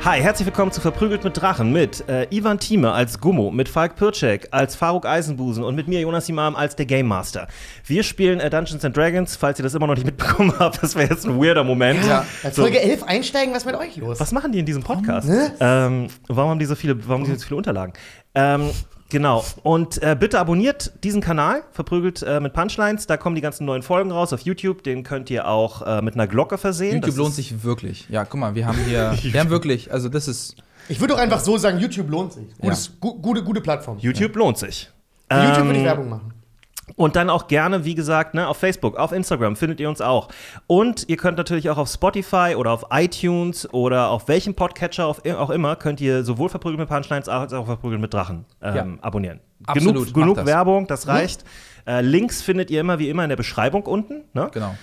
Hi, herzlich willkommen zu Verprügelt mit Drachen mit Ivan Thieme als Gummo, mit Falk Pircek als Faruk Eisenbusen und mit mir Jonas Imam als der Game Master. Wir spielen Dungeons & Dragons, falls ihr das immer noch nicht mitbekommen habt, das wäre jetzt ein weirder Moment. Ja. Folge 11 einsteigen, was ist mit euch los? Was machen die in diesem Podcast? Ne? Warum haben die so viele Unterlagen? Genau, und bitte abonniert diesen Kanal, Verprügelt mit Punchlines, da kommen die ganzen neuen Folgen raus auf YouTube, den könnt ihr auch mit einer Glocke versehen. YouTube lohnt sich wirklich. Ja, guck mal, wir haben wirklich, also das ist... Ich würde doch einfach so sagen, YouTube lohnt sich. Gute Plattform. YouTube lohnt sich. YouTube würde ich Werbung machen. Und dann auch gerne, wie gesagt, auf Facebook, auf Instagram findet ihr uns auch. Und ihr könnt natürlich auch auf Spotify oder auf iTunes oder auf welchem Podcatcher auch immer, könnt ihr sowohl Verprügelt mit Punchlines als auch Verprügelt mit Drachen abonnieren. Absolut, Genug Werbung, das reicht. Links findet ihr immer wie immer in der Beschreibung unten. Ne? Genau.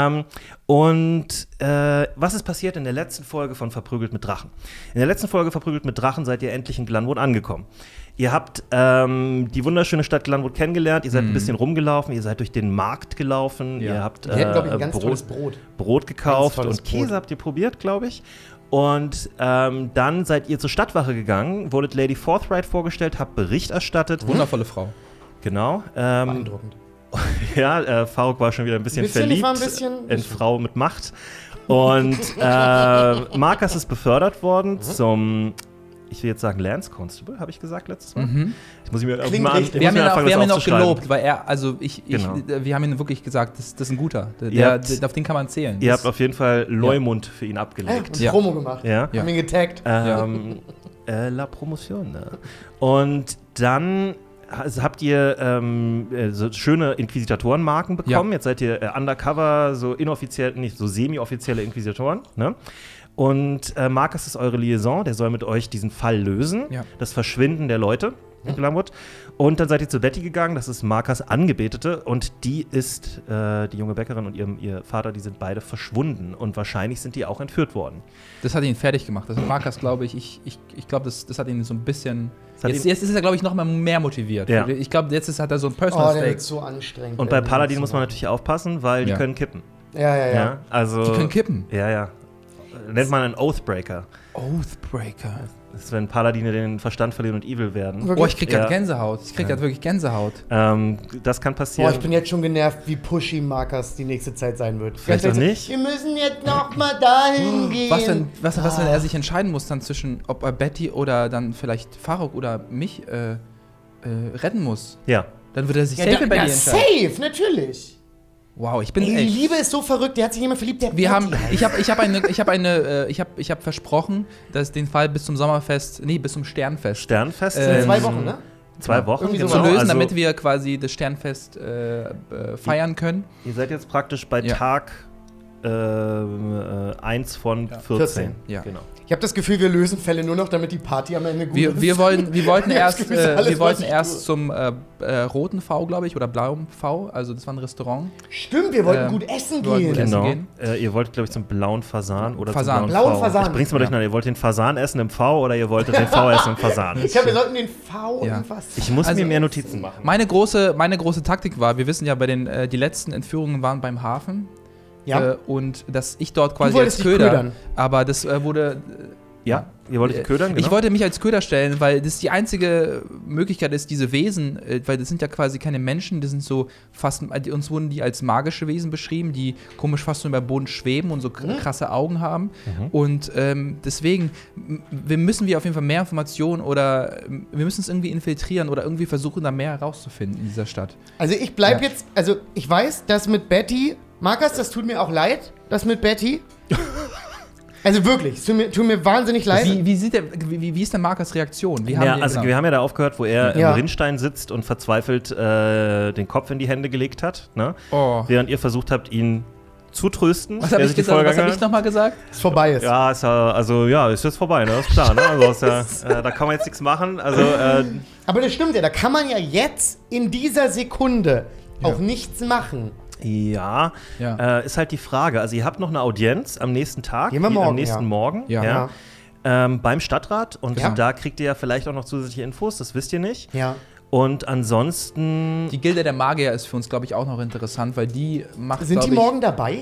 Was ist passiert in der letzten Folge von Verprügelt mit Drachen? In der letzten Folge Verprügelt mit Drachen seid ihr endlich in Glanwood angekommen. Ihr habt die wunderschöne Stadt Glanwood kennengelernt, ihr seid ein bisschen rumgelaufen, ihr seid durch den Markt gelaufen, ihr habt wir hätten, glaube ich, ein ganz tolles Brot gekauft und Käse habt ihr probiert, glaube ich. Und dann seid ihr zur Stadtwache gegangen, wurdet Lady Forthright vorgestellt, habt Bericht erstattet. Wundervolle Frau. Genau. Beeindruckend. Ja, Faruk war schon wieder ein bisschen verliebt ich war ein bisschen in Frau mit Macht. Und Marcus ist befördert worden zum, ich will jetzt sagen Lance Constable, habe ich gesagt letztes Mal. Ich muss mir richtig. Wir haben ihn auch gelobt, weil wir haben ihn wirklich gesagt, das ist ein guter, auf den kann man zählen. Ihr habt auf jeden Fall Leumund für ihn abgelegt. Und Promo gemacht, haben ihn getaggt. La Promotion, ne? Und dann habt ihr so schöne Inquisitorenmarken bekommen. Jetzt seid ihr undercover, so inoffiziell, nicht so semi-offizielle Inquisitoren. Ne? Und Marcus ist eure Liaison, der soll mit euch diesen Fall lösen. Ja. Das Verschwinden der Leute in Glanwood. Und dann seid ihr zu Betty gegangen, das ist Marcus Angebetete. Und die ist, die junge Bäckerin und ihr Vater, die sind beide verschwunden. Und wahrscheinlich sind die auch entführt worden. Das hat ihn fertig gemacht. Das hat Marcus, glaube ich, glaube, das hat ihn so ein bisschen... Jetzt ist er, glaube ich, noch mal mehr motiviert. Ja. Ich glaube, jetzt hat er so ein Personal Stake. Der wird so anstrengend. Und bei Paladin muss man natürlich aufpassen, weil die können kippen. Ja. Also, die können kippen? Ja. Nennt man einen Oathbreaker. Oathbreaker. Das ist, wenn Paladine den Verstand verlieren und evil werden. Wirklich? Oh, ich krieg grad Gänsehaut. Ich krieg grad wirklich Gänsehaut. Das kann passieren. Ich bin jetzt schon genervt, wie pushy Marcus die nächste Zeit sein wird. Vielleicht auch nicht. Wir müssen jetzt noch mal dahin gehen. Was, wenn er sich entscheiden muss dann zwischen, ob er Betty oder dann vielleicht Faruk oder mich retten muss? Ja. Dann würde er sich safe bei dir entscheiden. Safe, natürlich. Wow, ich bin die Liebe ist so verrückt, der hat sich jemand verliebt, der ich habe versprochen, dass den Fall bis zum Sternfest. Sternfest? 2 Wochen, ne? 2 Wochen zu lösen, damit wir quasi das Sternfest feiern können. Ihr seid jetzt praktisch bei Tag 1 von 14. Ja. Genau. Ich habe das Gefühl, wir lösen Fälle nur noch, damit die Party am Ende gut ist. Wir wollten erst zum roten V, glaube ich, oder blauen V. Also das war ein Restaurant. Stimmt, wir wollten gut essen gehen. Genau. Ihr wolltet, glaube ich, zum blauen Fasan oder Fasan. Zum blauen Fasan. Ich bring's mal durcheinander. Ihr wollt den Fasan essen im V oder ihr wolltet den V essen im Fasan? Ich glaube, wir sollten den V irgendwas. Ich muss mir mehr Notizen machen. Meine große Taktik war, wir wissen ja, die letzten Entführungen waren beim Hafen. Ja. Und dass ich dort quasi als Köder, aber das wurde... Ja, ihr wolltet die ködern, genau? Ich wollte mich als Köder stellen, weil das die einzige Möglichkeit ist, diese Wesen, weil das sind ja quasi keine Menschen, das sind so fast, uns wurden die als magische Wesen beschrieben, die komisch fast so über den Boden schweben und so krasse Augen haben. Und deswegen müssen wir auf jeden Fall mehr Informationen oder wir müssen es irgendwie infiltrieren oder irgendwie versuchen, da mehr herauszufinden in dieser Stadt. Also ich bleib jetzt, also ich weiß, dass mit Betty, Marcus, das tut mir auch leid, das mit Betty. Also wirklich, es tut mir wahnsinnig leid. Wie ist denn Marcus Reaktion? Wir haben ja da aufgehört, wo er im Rinnstein sitzt und verzweifelt den Kopf in die Hände gelegt hat, ne? Während ihr versucht habt, ihn zu trösten. Was habe ich nochmal gesagt? Ist vorbei jetzt. Ja, ist jetzt vorbei, ne? Das ist klar, ne? Also da kann man jetzt nichts machen. Also, aber das stimmt ja, da kann man ja jetzt in dieser Sekunde auch nichts machen. Ja. Ist halt die Frage. Also ihr habt noch eine Audienz am nächsten Tag, am nächsten Morgen, beim Stadtrat. Und da kriegt ihr ja vielleicht auch noch zusätzliche Infos, das wisst ihr nicht. Ja. Und ansonsten... Die Gilde der Magier ist für uns, glaube ich, auch noch interessant, weil die macht, Sind die morgen dabei?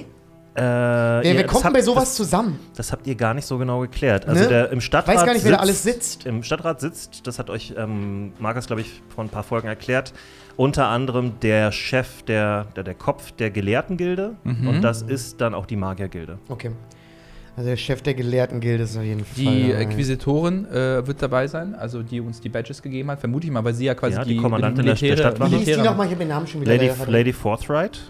Wer kommt denn bei sowas zusammen? Das habt ihr gar nicht so genau geklärt. Also im Stadtrat weiß gar nicht, wer da alles sitzt. Im Stadtrat sitzt, das hat euch Markus, glaube ich, vor ein paar Folgen erklärt, unter anderem der Chef, der Kopf der Gelehrtengilde. Und das ist dann auch die Magiergilde. Okay. Also der Chef der Gelehrtengilde ist auf jeden Fall. Die Inquisitorin wird dabei sein, also die uns die Badges gegeben hat, vermute ich mal, weil sie ja quasi die Kommandantin der Stadtwache. Wie hieß die nochmal? Ich habe den Namen schon wieder. Lady Forthright.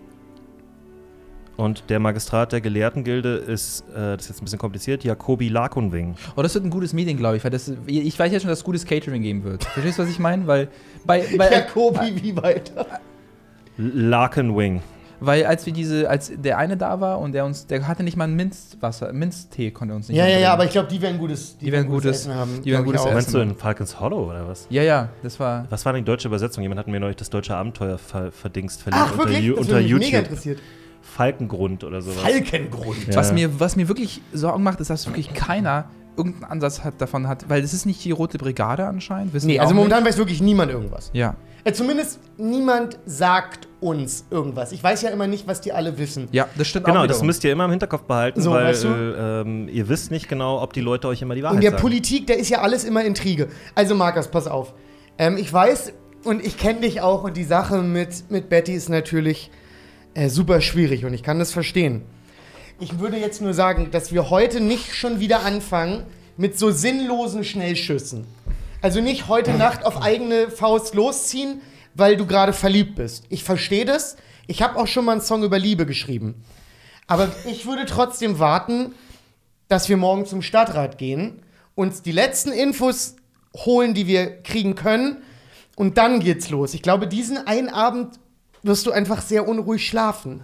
Und der Magistrat der Gelehrtengilde ist, das ist jetzt ein bisschen kompliziert, Jacobi Lakunwing. Oh, das wird ein gutes Meeting, glaube ich, weil ich weiß jetzt schon, dass es gutes Catering geben wird. Verstehst du, was ich meine? Weil bei Jacobi, wie weiter? Lakunwing. Weil als der eine da war und der hatte nicht mal ein Minztee konnte uns nicht Ja, aber ich glaube, die werden gutes Essen haben. Die werden gutes Essen. Meinst du in Falcons Hollow oder was? Ja, das war... Was war denn die deutsche Übersetzung? Jemand hat mir neulich das deutsche Abenteuer verdingst verlinkt. Ach, wirklich? Das unter mich YouTube. Mega interessiert. Falkengrund oder sowas. Falkengrund. Ja. Was mir wirklich Sorgen macht, ist, dass wirklich keiner irgendeinen Ansatz davon hat, weil das ist nicht die Rote Brigade anscheinend. Nee, also momentan weiß wirklich niemand irgendwas. Ja. Zumindest niemand sagt uns irgendwas. Ich weiß ja immer nicht, was die alle wissen. Ja, das stimmt genau, auch. Genau, das müsst ihr immer im Hinterkopf behalten, so, weil weißt du? Ihr wisst nicht genau, ob die Leute euch immer die Wahrheit sagen. In sagen. der Politik, da ist ja alles immer Intrige. Also Markus, pass auf. Ich weiß und ich kenne dich auch und die Sache mit Betty ist natürlich super schwierig und ich kann das verstehen. Ich würde jetzt nur sagen, dass wir heute nicht schon wieder anfangen mit so sinnlosen Schnellschüssen. Also nicht heute Nacht auf eigene Faust losziehen, weil du gerade verliebt bist. Ich verstehe das. Ich habe auch schon mal einen Song über Liebe geschrieben. Aber ich würde trotzdem warten, dass wir morgen zum Stadtrat gehen, uns die letzten Infos holen, die wir kriegen können und dann geht's los. Ich glaube, diesen einen Abend wirst du einfach sehr unruhig schlafen.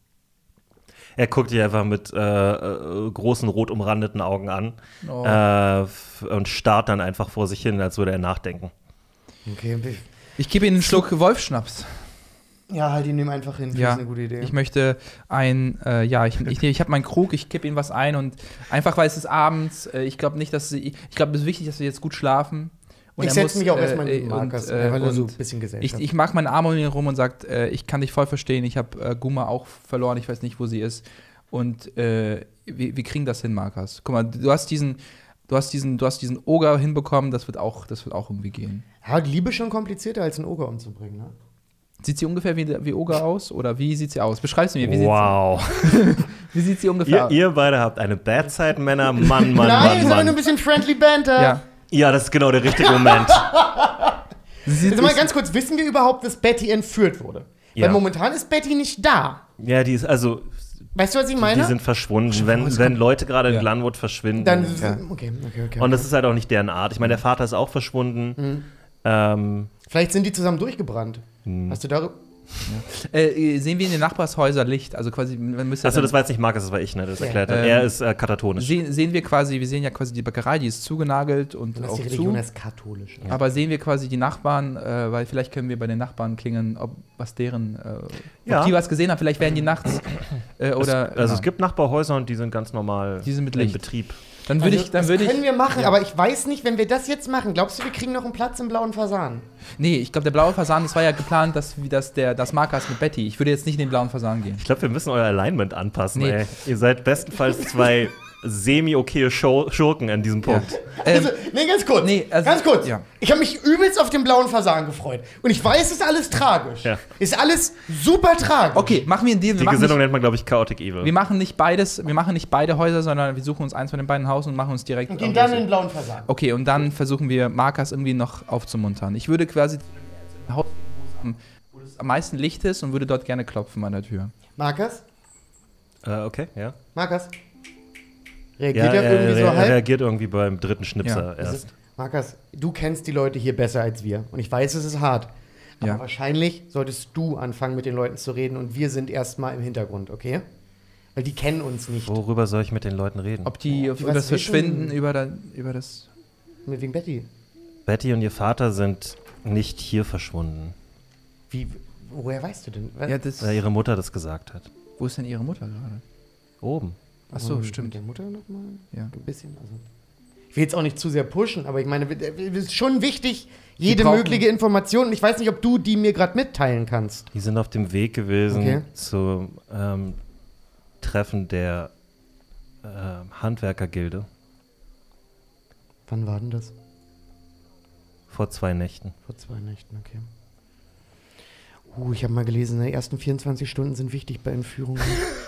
Er guckt dich einfach mit großen, rot umrandeten Augen an und starrt dann einfach vor sich hin, als würde er nachdenken. Okay. Ich gebe Ihnen einen Schluck Wolfschnaps. Ja, halt ihn einfach hin. Das ist eine gute Idee. Ich möchte ich habe meinen Krug, ich kippe Ihnen was ein und einfach, weil es ist abends, ich glaube nicht, dass ich glaube, es ist wichtig, dass wir jetzt gut schlafen. Und ich setze mich auch erstmal in den Markus, weil er so ein bisschen Gesellschaft. Ich mag meinen Arm um ihn rum und sagt, ich kann dich voll verstehen, ich habe Guma auch verloren, ich weiß nicht, wo sie ist. Und wir kriegen das hin, Markus. Guck mal, du hast diesen Oger hinbekommen, das wird auch irgendwie gehen. Ja, die Liebe ist schon komplizierter, als einen Oger umzubringen, ne? Sieht sie ungefähr wie Oger aus? Oder wie sieht sie aus? Beschreib sie mir. Wie sieht sie ungefähr aus? Ihr beide habt eine Bad-Side-Männer, Mann. Nein, ist aber nur ein bisschen friendly Banter. Ja, das ist genau der richtige Moment. Also mal ganz kurz, wissen wir überhaupt, dass Betty entführt wurde? Ja. Weil momentan ist Betty nicht da. Ja, die ist also... Weißt du, was ich meine? Die sind verschwunden. Wenn Leute gerade in Glenwood verschwinden. Dann ist es, okay. Und das ist halt auch nicht deren Art. Ich meine, der Vater ist auch verschwunden. Vielleicht sind die zusammen durchgebrannt. Hast du darüber... Sehen wir in den Nachbarshäusern Licht? Also quasi, Achso, das war jetzt nicht Markus, das war ich, ne? Das erklärt hat. Er ist katatonisch. Wir sehen ja quasi die Bäckerei, die ist zugenagelt und auch die Religion ist katholisch. Ja. Aber sehen wir quasi die Nachbarn, weil vielleicht können wir bei den Nachbarn klingeln, ob die was gesehen haben. Vielleicht werden die nachts es gibt Nachbarhäuser und die sind ganz normal in Betrieb. Dann würde ich können wir machen, aber ich weiß nicht, wenn wir das jetzt machen, glaubst du, wir kriegen noch einen Platz im Blauen Fasan? Nee, ich glaube, der Blaue Fasan, das war ja geplant, das Markus mit Betty. Ich würde jetzt nicht in den Blauen Fasan gehen. Ich glaube, wir müssen euer Alignment anpassen, ey. Ihr seid bestenfalls zwei semi-okaye Schurken an diesem Punkt. Ganz kurz. Ja. Ich habe mich übelst auf den Blauen Fasan gefreut. Und ich weiß, es ist alles tragisch. Ja. Ist alles super tragisch. Okay, machen wir einen Deal. Die Gesinnung nennt man, glaube ich, Chaotic Evil. Wir machen nicht beide Häuser, sondern wir suchen uns eins von den beiden Haus und machen uns direkt... Und gehen dann in den Blauen Fasan. Okay, und dann versuchen wir, Markus irgendwie noch aufzumuntern. Ich würde quasi Haus, wo es am meisten Licht ist und würde dort gerne klopfen an der Tür. Markus? Okay, ja. Markus? Reagiert er irgendwie so halb? Er reagiert irgendwie beim dritten Schnipser erst. Markus, du kennst die Leute hier besser als wir. Und ich weiß, es ist hart. Aber wahrscheinlich solltest du anfangen, mit den Leuten zu reden und wir sind erstmal im Hintergrund, okay? Weil die kennen uns nicht. Worüber soll ich mit den Leuten reden? Ob die über das Verschwinden, über das... Wegen Betty. Betty und ihr Vater sind nicht hier verschwunden. Wie? Woher weißt du denn? Weil ihre Mutter das gesagt hat. Wo ist denn ihre Mutter gerade? Oben. Achso, stimmt. Mit der Mutter nochmal? Ja. Ein bisschen. Also. Ich will jetzt auch nicht zu sehr pushen, aber ich meine, es ist schon wichtig, jede mögliche Information. Und ich weiß nicht, ob du die mir gerade mitteilen kannst. Die sind auf dem Weg gewesen zum Treffen der Handwerkergilde. Wann war denn das? Vor 2 Nächten. Vor 2 Nächten, okay. Ich habe mal gelesen, die ersten 24 Stunden sind wichtig bei Entführungen.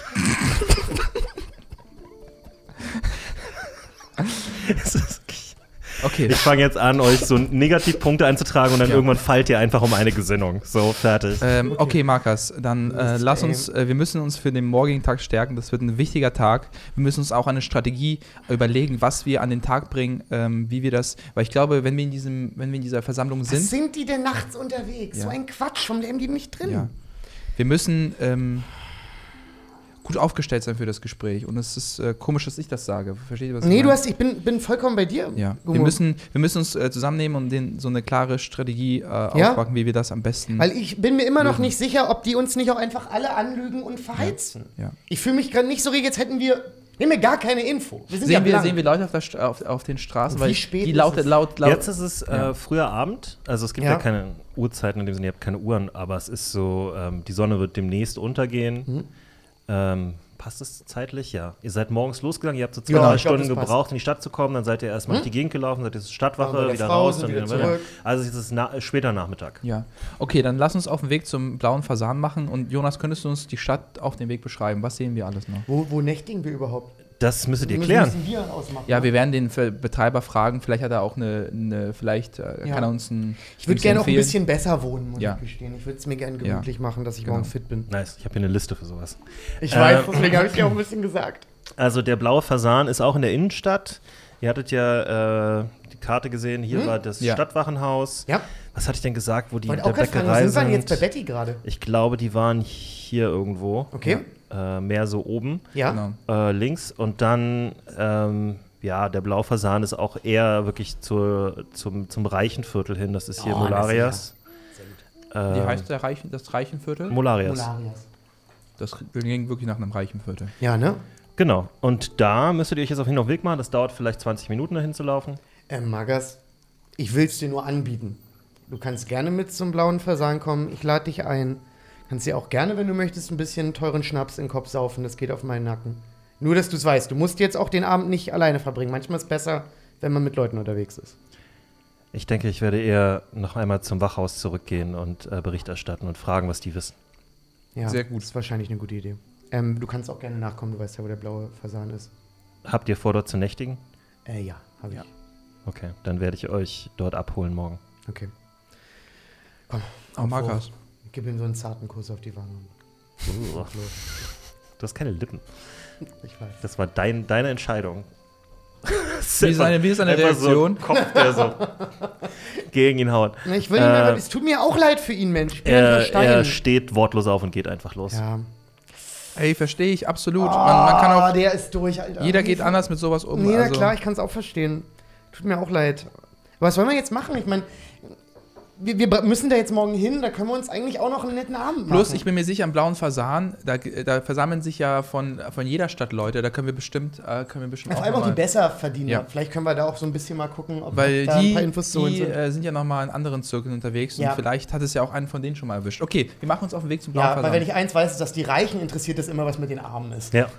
Okay. Ich fange jetzt an, euch so Negativpunkte einzutragen und dann irgendwann fallt ihr einfach um eine Gesinnung. So, fertig. Okay, Markus, dann lass uns, wir müssen uns für den morgigen Tag stärken. Das wird ein wichtiger Tag. Wir müssen uns auch eine Strategie überlegen, was wir an den Tag bringen, wie wir das, weil ich glaube, wenn wir in dieser Versammlung sind. Was sind die denn nachts unterwegs? Ja. So ein Quatsch, vom leben die nicht drin. Ja. Wir müssen gut aufgestellt sein für das Gespräch. Und es ist komisch, dass ich das sage. Versteht ihr, was ich meine? Ich bin vollkommen bei dir. Ja. Gummo. Wir müssen uns zusammennehmen und so eine klare Strategie aufbauen, wie wir das am besten. Weil ich bin mir immer noch nicht sicher, ob die uns nicht auch einfach alle anlügen und verheizen. Ja. Ich fühle mich gerade nicht so, als hätten wir gar keine Info. Wir sind Sehen blank. wir Leute auf den Straßen, Und wie weil spät die ist laut. Jetzt ist es früher Abend. Also es gibt ja keine Uhrzeiten in dem Sinne, ihr habt keine Uhren, aber es ist so, die Sonne wird demnächst untergehen. Passt es zeitlich? Ja. Ihr seid morgens losgegangen, ihr habt so 2,5 Stunden gebraucht, in die Stadt zu kommen, dann seid ihr erstmal durch die Gegend gelaufen, seid ihr zur Stadtwache, wieder raus, dann wieder zurück. Also es ist später Nachmittag. Ja. Okay, dann lass uns auf den Weg zum Blauen Fasan machen und Jonas, könntest du uns die Stadt auf dem Weg beschreiben? Was sehen wir alles noch? Wo nächtigen wir überhaupt? Das müsstet ihr klären. Müssen wir ausmachen. Ja, wir werden den Betreiber fragen, vielleicht hat er auch kann er uns Ich würde gerne auch ein bisschen besser wohnen, muss Ja. ich gestehen. Ich würde es mir gerne gemütlich machen, dass ich morgen fit bin. Nice, ich habe hier eine Liste für sowas. Ich weiß, deswegen habe ich dir auch ein bisschen gesagt. Also der Blaue Fasan ist auch in der Innenstadt. Ihr hattet ja die Karte gesehen, hier war das Stadtwachenhaus. Ja. Was hatte ich denn gesagt, wo die Und der auch gerade fragen, Bäckerei wo sind wir sind? jetzt bei Betty gerade? Ich glaube, die waren hier irgendwo. Okay. Mehr so oben. Ja. Genau. Links. Und dann, der Blaue Fasan ist auch eher wirklich zum Reichenviertel hin. Das ist hier Molarias. Wie heißt das Reichenviertel? Molarias. Wir gehen wirklich nach einem Reichenviertel. Ja, ne? Genau. Und da müsstet ihr euch jetzt auf jeden Fall auf den Weg machen. Das dauert vielleicht 20 Minuten, dahin zu laufen. Magas, ich will es dir nur anbieten. Du kannst gerne mit zum Blauen Fasan kommen. Ich lade dich ein. Kannst dir auch gerne, wenn du möchtest, ein bisschen teuren Schnaps in den Kopf saufen. Das geht auf meinen Nacken. Nur, dass du es weißt. Du musst jetzt auch den Abend nicht alleine verbringen. Manchmal ist es besser, wenn man mit Leuten unterwegs ist. Ich denke, ich werde eher noch einmal zum Wachhaus zurückgehen und Bericht erstatten und fragen, was die wissen. Ja, Sehr gut. Das ist wahrscheinlich eine gute Idee. Du kannst auch gerne nachkommen. Du weißt ja, wo der Blaue Fasan ist. Habt ihr vor, dort zu nächtigen? Ja, habe ich. Okay, dann werde ich euch dort abholen morgen. Okay. Komm. Oh, Markus. Ich gebe ihm so einen zarten Kuss auf die Wange. Du hast keine Lippen. Ich weiß. Das war deine Entscheidung. Wie ist eine Reaktion? So ein Kopf, der so gegen ihn haut. Ich will ihm es tut mir auch leid für ihn, Mensch. Ich bin ein Stein. Er steht wortlos auf und geht einfach los. Ja. Ey, verstehe ich, absolut. Man kann auch, der ist durch, Alter. jeder geht anders mit sowas um. Nee, na also. klar, ich kann es auch verstehen. Tut mir auch leid. Aber was wollen wir jetzt machen? Ich meine, wir müssen da jetzt morgen hin, da können wir uns eigentlich auch noch einen netten Abend machen. Plus, ich bin mir sicher, am Blauen Fasan, da versammeln sich ja von jeder Stadt Leute, da können wir bestimmt Vor auch allem auch die mal, Besserverdiener. Ja. Vielleicht können wir da auch so ein bisschen mal gucken, ob weil da ein paar Infos zu holen die sind. sind ja nochmal in anderen Zirkeln unterwegs Ja. und vielleicht hat es ja auch einen von denen schon mal erwischt. Okay, wir machen uns auf den Weg zum Blauen Ja, Fasan. weil wenn ich eins weiß, ist, dass die Reichen interessiert ist immer, was mit den Armen ist. Ja.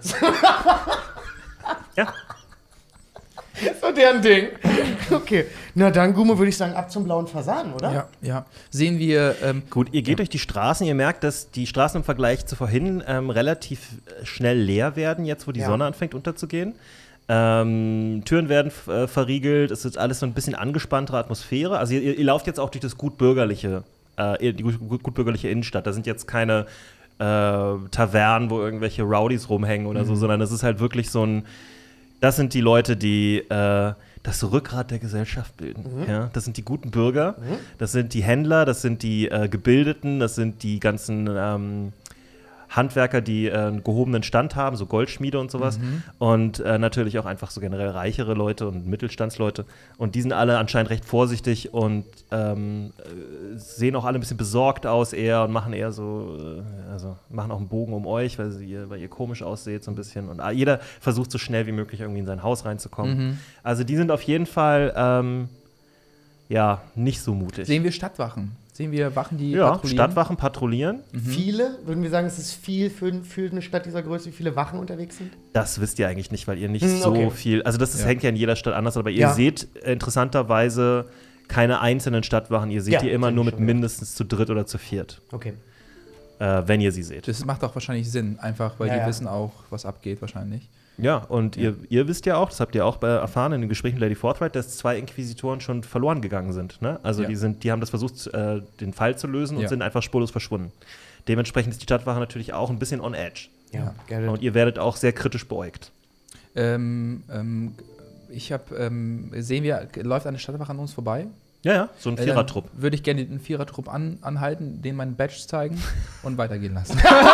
Ja. So deren Ding. Okay. Na dann, Gummo, würde ich sagen, ab zum Blauen Fasan, oder? Ja. Sehen wir, Gut, ihr geht durch die Straßen, ihr merkt, dass die Straßen im Vergleich zu vorhin relativ schnell leer werden, jetzt wo die Sonne anfängt unterzugehen. Türen werden verriegelt, es ist alles so ein bisschen angespanntere Atmosphäre. Also ihr lauft jetzt auch durch das gutbürgerliche Innenstadt. Da sind jetzt keine Tavernen, wo irgendwelche Rowdies rumhängen oder so, sondern das ist halt wirklich so ein. Das sind die Leute, die das Rückgrat der Gesellschaft bilden. Ja? Das sind die guten Bürger, das sind die Händler, das sind die Gebildeten, das sind die ganzen Handwerker, die einen gehobenen Stand haben, so Goldschmiede und sowas. Und natürlich auch einfach so generell reichere Leute und Mittelstandsleute. Und die sind alle anscheinend recht vorsichtig und sehen auch alle ein bisschen besorgt aus eher und machen eher so, machen auch einen Bogen um euch, weil ihr komisch ausseht so ein bisschen. Und jeder versucht so schnell wie möglich irgendwie in sein Haus reinzukommen. Also die sind auf jeden Fall nicht so mutig. sehen wir Stadtwachen. Sehen wir Wachen, die Ja, patrouillieren? Stadtwachen patrouillieren. Viele? Würden wir sagen, es ist viel für eine Stadt dieser Größe, wie viele Wachen unterwegs sind? Das wisst ihr eigentlich nicht, weil ihr nicht Okay. so viel. Also, das hängt ja in jeder Stadt anders, aber ihr Ja. seht interessanterweise keine einzelnen Stadtwachen. Ihr seht Ja, die immer sehen nur wir mit schon, ja. mindestens zu dritt oder zu viert, Okay. wenn ihr sie seht. Das macht auch wahrscheinlich Sinn, einfach, weil Ja, die ja. wissen auch, was abgeht wahrscheinlich. Ja, und ihr wisst ja auch, das habt ihr auch erfahren in den Gesprächen mit Lady Forthright, dass 2 Inquisitoren schon verloren gegangen sind. Ne? Also Ja. die haben das versucht, den Fall zu lösen und Ja. sind einfach spurlos verschwunden. Dementsprechend ist die Stadtwache natürlich auch ein bisschen on edge. Ja, Gerrit. Und ihr werdet auch sehr kritisch beäugt. Ich habe, sehen wir, läuft eine Stadtwache an uns vorbei? Ja, so ein Dann Vierertrupp. würde ich gerne den Vierertrupp anhalten, denen meinen Badge zeigen und weitergehen lassen.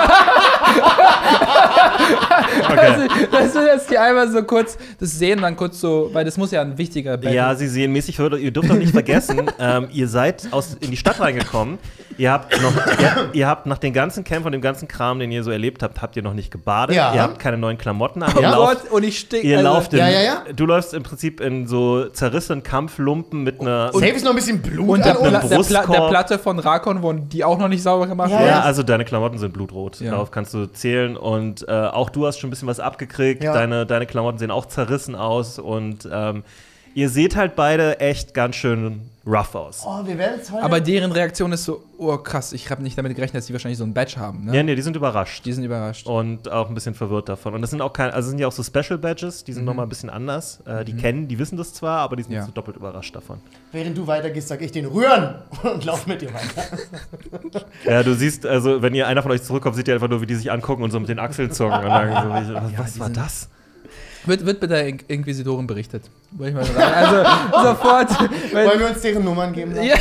Okay. dass wir jetzt die einmal so kurz das sehen, dann kurz so, weil das muss ja ein wichtiger Badge Ja, sie sehen mäßig verwirrt. Ihr dürft doch nicht vergessen, ihr seid in die Stadt reingekommen. Ihr habt nach den ganzen Kämpfen und dem ganzen Kram, den ihr so erlebt habt, habt ihr noch nicht gebadet. Ja. Ihr habt keine neuen Klamotten an. Oh Ihr lauft, Gott, und ich stehe. ihr lauft in, Ja. Du läufst im Prinzip in so zerrissenen Kampflumpen mit einer. Safe ist noch ein bisschen Blut Und der, an uns. Pla- Brustkorb. der Platte von Rakon, wo die auch noch nicht sauber gemacht Ja, wurde. Ja, also deine Klamotten sind blutrot. Ja. Darauf kannst du zählen. Und auch du hast schon ein bisschen was abgekriegt. Ja. Deine Klamotten sehen auch zerrissen aus. Und ihr seht halt beide echt ganz schön rough aus. Oh, wir werden es heute. Aber deren Reaktion ist so, oh krass, ich habe nicht damit gerechnet, dass die wahrscheinlich so ein Badge haben. Ne? Ja, nee, die sind überrascht. Die sind überrascht. Und auch ein bisschen verwirrt davon. Und das sind auch sind ja auch so Special Badges, die sind nochmal ein bisschen anders. Die wissen das zwar, aber die sind Ja. so doppelt überrascht davon. Während du weitergehst, sag ich den rühren und lauf mit dir weiter. Ja, du siehst, also wenn ihr einer von euch zurückkommt, seht ihr einfach nur, wie die sich angucken und so mit den Achseln zucken. Und dann so, was die war sind- das? Wird bitte der Inquisitorin berichtet. Wollte ich mal sagen. Also sofort. Wollen wir uns deren Nummern geben? Ja.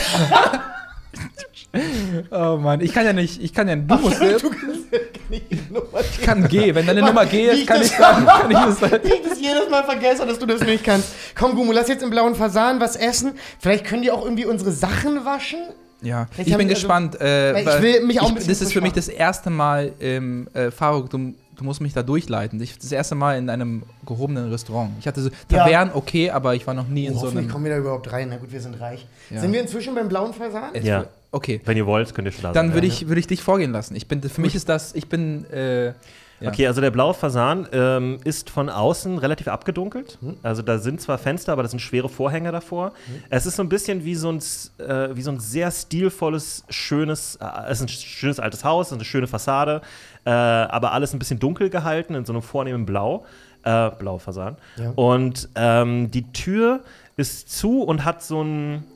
Oh Mann, ich kann ja, du musst. Du kannst ja nicht die Nummer Ich kann G. Wenn deine Mann, Nummer G wie ist, ich kann das ich sagen, kann ich das sagen. Wie ich das jedes Mal vergesse, dass du das nicht kannst. Komm, Gumu, lass jetzt im blauen Fasan was essen. Vielleicht können die auch irgendwie unsere Sachen waschen. Ja, Vielleicht ich haben bin die gespannt. ich will mich auch ein bisschen Das ist für mich frisch das erste Mal Faruk, du musst mich da durchleiten. Das erste Mal in einem gehobenen Restaurant. Ich hatte so Tavernen, okay, aber ich war noch nie in so Hoffentlich einem. kommen wir da überhaupt rein. Na gut, wir sind reich. Ja. Sind wir inzwischen beim blauen Fasan? Ja. Okay. Wenn ihr wollt, könnt ihr schon da Dann sein. würde ich dich vorgehen lassen. Für mich ist das, ja. Okay, also der blaue Fasan ist von außen relativ abgedunkelt. Also da sind zwar Fenster, aber das sind schwere Vorhänge davor. Es ist so ein bisschen wie so ein sehr stilvolles, schönes, es ist ein schönes altes Haus, eine schöne Fassade, aber alles ein bisschen dunkel gehalten in so einem vornehmen Blau. Blauer Fasan. Ja. Und die Tür ist zu und hat so ein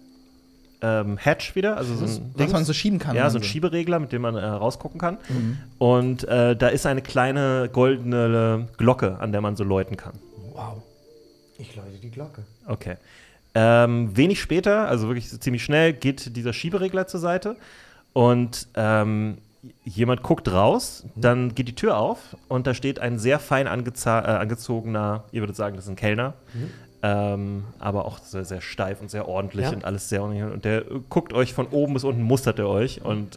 Hatch wieder, also so ein Was man so schieben kann. ja, so ein also. Schieberegler, mit dem man rausgucken kann. Und da ist eine kleine goldene Glocke, an der man so läuten kann. Wow. Ich läute die Glocke. Okay. Wenig später, also wirklich so ziemlich schnell, geht dieser Schieberegler zur Seite und jemand guckt raus, dann geht die Tür auf und da steht ein sehr fein angezogener, ihr würdet sagen, das ist ein Kellner, aber auch sehr, sehr steif und sehr ordentlich Ja. und alles sehr ordentlich. Und der guckt euch von oben bis unten, mustert er euch und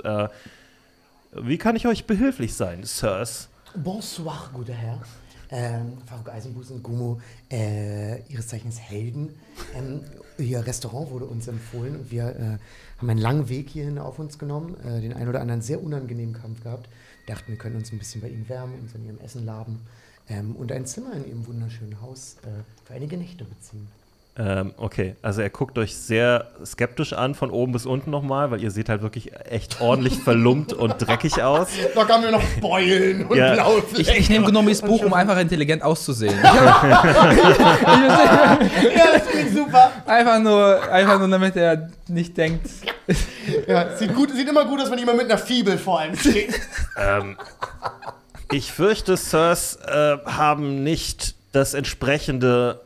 wie kann ich euch behilflich sein, Sirs? Bonsoir, guter Herr. Faruk Eisenbusen, Gumu, Ihres Zeichens Helden. Ihr Restaurant wurde uns empfohlen und wir haben einen langen Weg hierhin auf uns genommen, den einen oder anderen sehr unangenehmen Kampf gehabt. Dachten, wir können uns ein bisschen bei Ihnen wärmen, uns an Ihrem Essen laben und ein Zimmer in Ihrem wunderschönen Haus für einige Nächte beziehen. Okay, also er guckt euch sehr skeptisch an, von oben bis unten nochmal, weil ihr seht halt wirklich echt ordentlich verlumpt und dreckig aus. Da haben wir noch Beulen und Ja. blaue Flecken. Ich nehme Gnomis Buch, um einfach intelligent auszusehen. Ja, das klingt super. einfach nur, damit er nicht denkt. Ja, sieht immer gut aus, wenn jemand mit einer Fibel vor einem steht. Ich fürchte, Sirs haben nicht das entsprechende.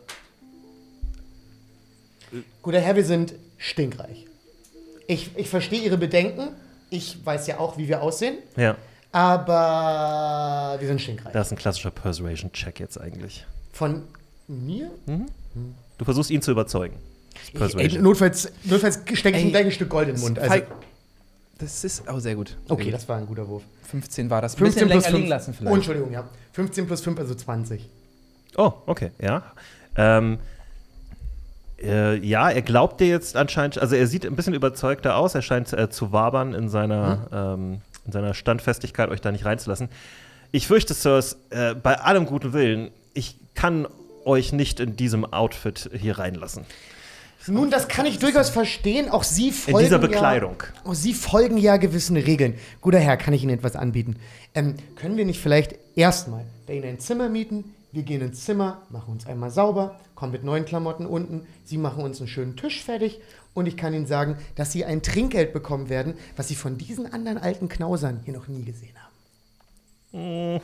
Guter Herr, wir sind stinkreich. Ich verstehe Ihre Bedenken. Ich weiß ja auch, wie wir aussehen. Ja, Aber wir sind stinkreich. das ist ein klassischer Persuasion-Check jetzt eigentlich. Von mir? Du versuchst ihn zu überzeugen. Notfalls stecke ich ihm Ey, gleich ein Stück Gold in den Mund. Also, Das ist auch sehr gut. okay, das war ein guter Wurf. 15 war das. Ein 15 bisschen plus länger 5. liegen lassen Oh, vielleicht. Entschuldigung, ja. 15 plus 5, also 20. Oh, okay, ja. Ja, er glaubt dir jetzt anscheinend, also er sieht ein bisschen überzeugter aus, er scheint zu wabern in seiner Standfestigkeit, euch da nicht reinzulassen. Ich fürchte, Sirs, bei allem guten Willen, ich kann euch nicht in diesem Outfit hier reinlassen. Nun, das kann ich durchaus verstehen. Auch Sie folgen in dieser Bekleidung. Auch Sie folgen ja gewissen Regeln. Guter Herr, kann ich Ihnen etwas anbieten? Können wir nicht vielleicht erstmal bei Ihnen ein Zimmer mieten? Wir gehen ins Zimmer, machen uns einmal sauber, kommen mit neuen Klamotten unten. Sie machen uns einen schönen Tisch fertig. Und ich kann Ihnen sagen, dass Sie ein Trinkgeld bekommen werden, was Sie von diesen anderen alten Knausern hier noch nie gesehen haben.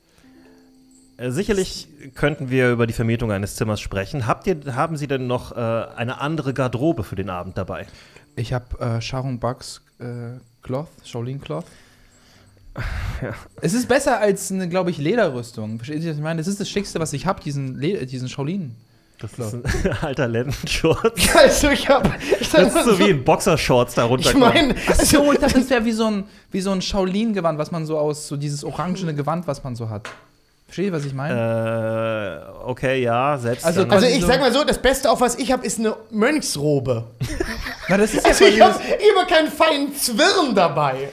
Sicherlich könnten wir über die Vermietung eines Zimmers sprechen. Haben Sie denn noch eine andere Garderobe für den Abend dabei? Ich habe Sharon Bucks Cloth, Shaolin Cloth. Ja. Es ist besser als eine, glaube ich, Lederrüstung. Versteht ihr, was ich meine? Das ist das Schickste, was ich habe, diesen Shaolin. Das ist ein alter Lendenshorts. Also das ist so wie ein Boxershorts da runterkommt. Ich meine, ich dachte, das wäre wie so ein Shaolin-Gewand, was man so aus, so dieses orangene Gewand, was man so hat. Versteht ihr, was ich meine? Okay, ja, selbst. Also ich sag mal so, das Beste, auf was ich habe, ist eine Mönchsrobe. Na, das ist also ich habe immer keinen feinen Zwirn dabei.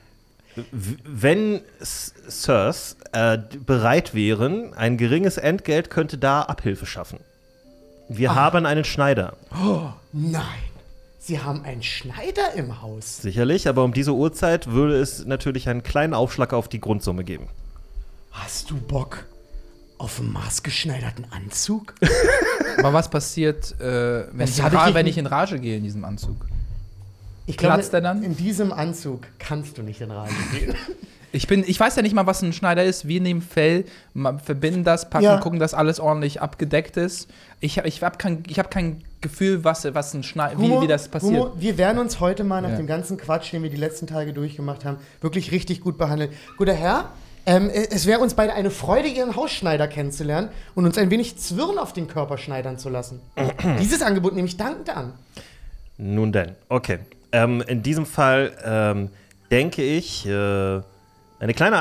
Wenn Sirs bereit wären, ein geringes Entgelt könnte da Abhilfe schaffen. Wir haben einen Schneider. Oh, nein. Sie haben einen Schneider im Haus. Sicherlich, aber um diese Uhrzeit würde es natürlich einen kleinen Aufschlag auf die Grundsumme geben. Hast du Bock auf einen maßgeschneiderten Anzug? Aber was passiert, wenn ich in Rage gehe in diesem Anzug? Ich glaube, Platzt der dann? In diesem Anzug kannst du nicht in Rage gehen. Ich weiß ja nicht mal, was ein Schneider ist. Wir nehmen Fell, verbinden das, packen, gucken, dass alles ordentlich abgedeckt ist. Ich hab kein Gefühl, was ein Schneider, wie das passiert. Humo, wir werden uns heute mal nach dem ganzen Quatsch, den wir die letzten Tage durchgemacht haben, wirklich richtig gut behandeln. Guter Herr, es wäre uns beide eine Freude, Ihren Hausschneider kennenzulernen und uns ein wenig Zwirn auf den Körper schneidern zu lassen. Dieses Angebot nehme ich dankend an. Nun denn, okay. In diesem Fall denke ich, ein kleines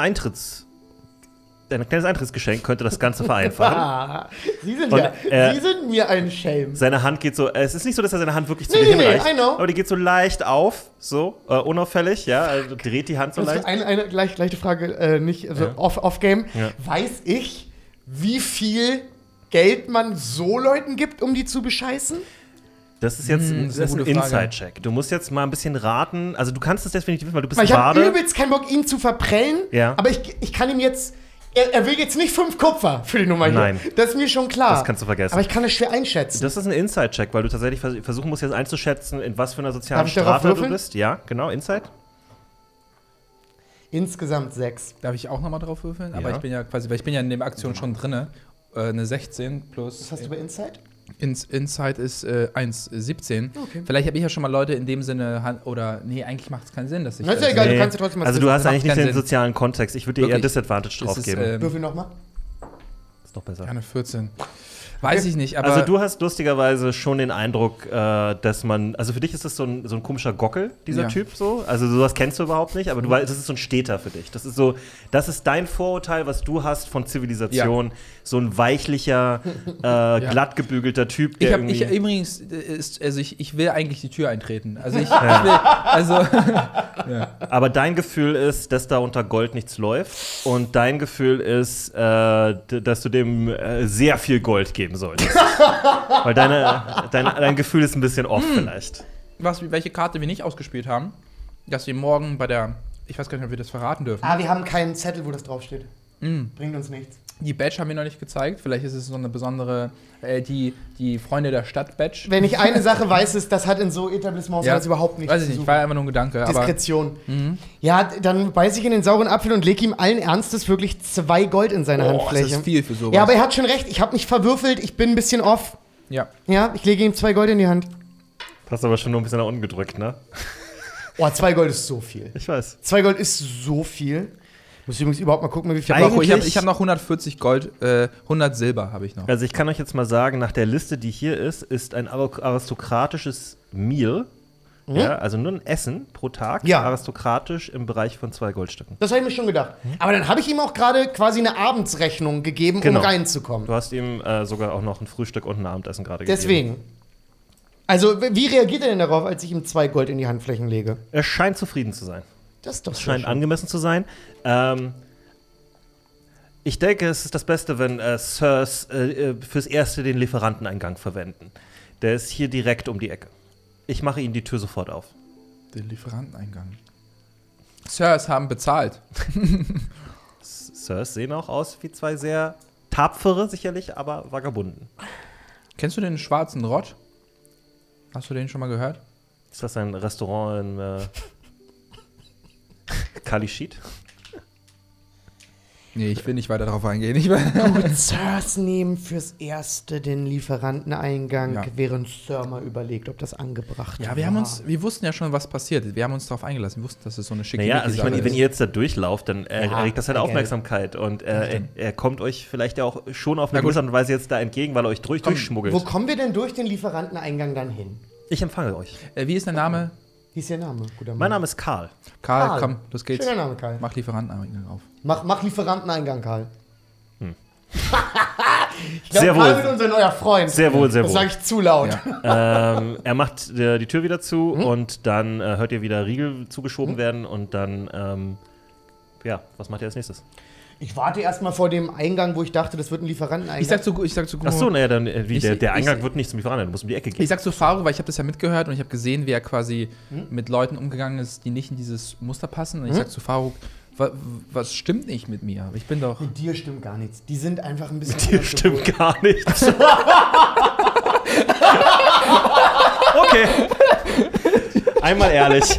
Eintrittsgeschenk könnte das Ganze vereinfachen. Sie sind mir ein Schelm. Seine Hand geht so, es ist nicht so, dass er seine Hand wirklich zu dir hinreicht, aber die geht so leicht auf, so, unauffällig, ja, also dreht die Hand so leicht. Eine leichte Frage, nicht also off-game. Ja. Weiß ich, wie viel Geld man so Leuten gibt, um die zu bescheißen? Das ist jetzt ein Inside-Check. Du musst jetzt mal ein bisschen raten. Also du kannst es definitiv wissen, weil du bist ein Bade. Ich habe übelst keinen Bock, ihn zu verprellen. Ja. Aber ich kann ihm jetzt... Er will jetzt nicht 5 Kupfer für die Nummer hier. Nein. Das ist mir schon klar. Das kannst du vergessen. Aber ich kann es schwer einschätzen. Das ist ein Inside-Check, weil du tatsächlich versuchen musst, jetzt einzuschätzen, in was für einer sozialen Strata du bist. Ja, genau, Inside. Insgesamt 6. Darf ich auch nochmal drauf würfeln? Ja. Aber ich bin ja quasi, weil ich bin ja in der Aktion schon drin. Eine 16 plus... Was hast du bei Inside? Inside ist 1,17. Okay. Vielleicht habe ich ja schon mal Leute in dem Sinne, eigentlich macht es keinen Sinn, dass ich... Das ist ja egal, du kannst ja trotzdem mal... Also du hast eigentlich nicht den sozialen Kontext. Ich würde dir eher Disadvantage drauf geben. Würfel nochmal. Ist doch besser. Eine 14. Weiß ich nicht, aber... Also du hast lustigerweise schon den Eindruck, dass man... Also für dich ist das so ein komischer Gockel, dieser Typ so. Also sowas kennst du überhaupt nicht, aber du weißt, das ist so ein Steter für dich. Das ist dein Vorurteil, was du hast von Zivilisation. Ja. So ein weichlicher, glatt gebügelter Typ, der ich will eigentlich die Tür eintreten. Also Aber dein Gefühl ist, dass da unter Gold nichts läuft. Und dein Gefühl ist, dass du dem sehr viel Gold geben solltest. Weil dein Gefühl ist ein bisschen off vielleicht. Welche Karte wir nicht ausgespielt haben, dass wir morgen bei der, ich weiß gar nicht, ob wir das verraten dürfen. Wir haben keinen Zettel, wo das draufsteht. Bringt uns nichts. Die Badge haben wir noch nicht gezeigt. Vielleicht ist es so eine besondere, die Freunde der Stadt-Badge. Wenn ich eine Sache weiß, ist, das hat in so Etablissements überhaupt nichts zu suchen. Weiß ich nicht, war einfach nur ein Gedanke. Diskretion. Ja, dann beiß ich in den sauren Apfel und leg ihm allen Ernstes wirklich 2 Gold in seine Handfläche. Das ist viel für sowas. Ja, aber er hat schon recht. Ich habe mich verwürfelt. Ich bin ein bisschen off. Ja. Ja, ich lege ihm 2 Gold in die Hand. Hast aber schon nur ein bisschen nach unten gedrückt, ne? 2 Gold ist so viel. Ich weiß. 2 Gold ist so viel. Muss ich übrigens überhaupt mal gucken, wie viel ich hab noch 140 Gold, 100 Silber habe ich noch. Also ich kann euch jetzt mal sagen, nach der Liste, die hier ist ein aristokratisches Meal. Ja, also nur ein Essen pro Tag, aristokratisch im Bereich von 2 Goldstücken. Das habe ich mir schon gedacht. Aber dann habe ich ihm auch gerade quasi eine Abendsrechnung gegeben, um reinzukommen. Du hast ihm sogar auch noch ein Frühstück und ein Abendessen gerade gegeben. Deswegen. Also, wie reagiert er denn darauf, als ich ihm 2 Gold in die Handflächen lege? Er scheint zufrieden zu sein. Das ist doch Es so scheint schön. angemessen zu sein. Ich denke, es ist das Beste, wenn Sirs fürs Erste den Lieferanteneingang verwenden. Der ist hier direkt um die Ecke. Ich mache Ihnen die Tür sofort auf. Den Lieferanteneingang. Sirs haben bezahlt. Sirs sehen auch aus wie 2 sehr tapfere, sicherlich, aber Vagabunden. Kennst du den schwarzen Rott? Hast du den schon mal gehört? Ist das ein Restaurant in Kalischit? Nee, ich will nicht weiter darauf eingehen. Gut, Sirs nehmen fürs Erste den Lieferanteneingang, Ja. während Sir mal überlegt, ob das angebracht Ja, war. wir wussten ja schon, was passiert. Wir haben uns darauf eingelassen. Wir wussten, dass es so eine schicke Naja, also ich meine, Sache wenn ist. ihr jetzt da durchlauft, dann erregt das halt Geld. Aufmerksamkeit. Und er kommt euch vielleicht ja auch schon auf Na eine gut. gewisse Art und Weise jetzt da entgegen, weil er euch durchschmuggelt. Wo kommen wir denn durch den Lieferanteneingang dann hin? Ich empfange euch. Wie ist der Name? Wie ist Ihr Name, guter Mann? Mein Name ist Karl. Karl, Karl. komm, los geht's. Schöner Name, Karl. Mach Lieferanteneingang auf. Mach Lieferanteneingang, Karl. Ich Sehr glaube, Karl wohl. wird unser neuer Freund. Sehr wohl, sehr Das wohl. sage ich zu laut. Ja. Er macht die Tür wieder zu und dann hört ihr wieder Riegel zugeschoben werden und dann, was macht ihr als nächstes? Ich warte erstmal vor dem Eingang, wo ich dachte, das wird ein Lieferanteneingang. Ich sag zu Achso, naja, dann, der Eingang ich- wird nicht zum Lieferanten, du musst um die Ecke gehen. Ich sag zu Faro, weil ich habe das ja mitgehört und ich habe gesehen, wie er quasi mit Leuten umgegangen ist, die nicht in dieses Muster passen. Und ich sag zu Faro, was stimmt nicht mit mir? Ich bin doch. Mit dir stimmt gar nichts. Die sind einfach ein bisschen. Dir anders stimmt geboren. gar nichts. Okay. Einmal ehrlich.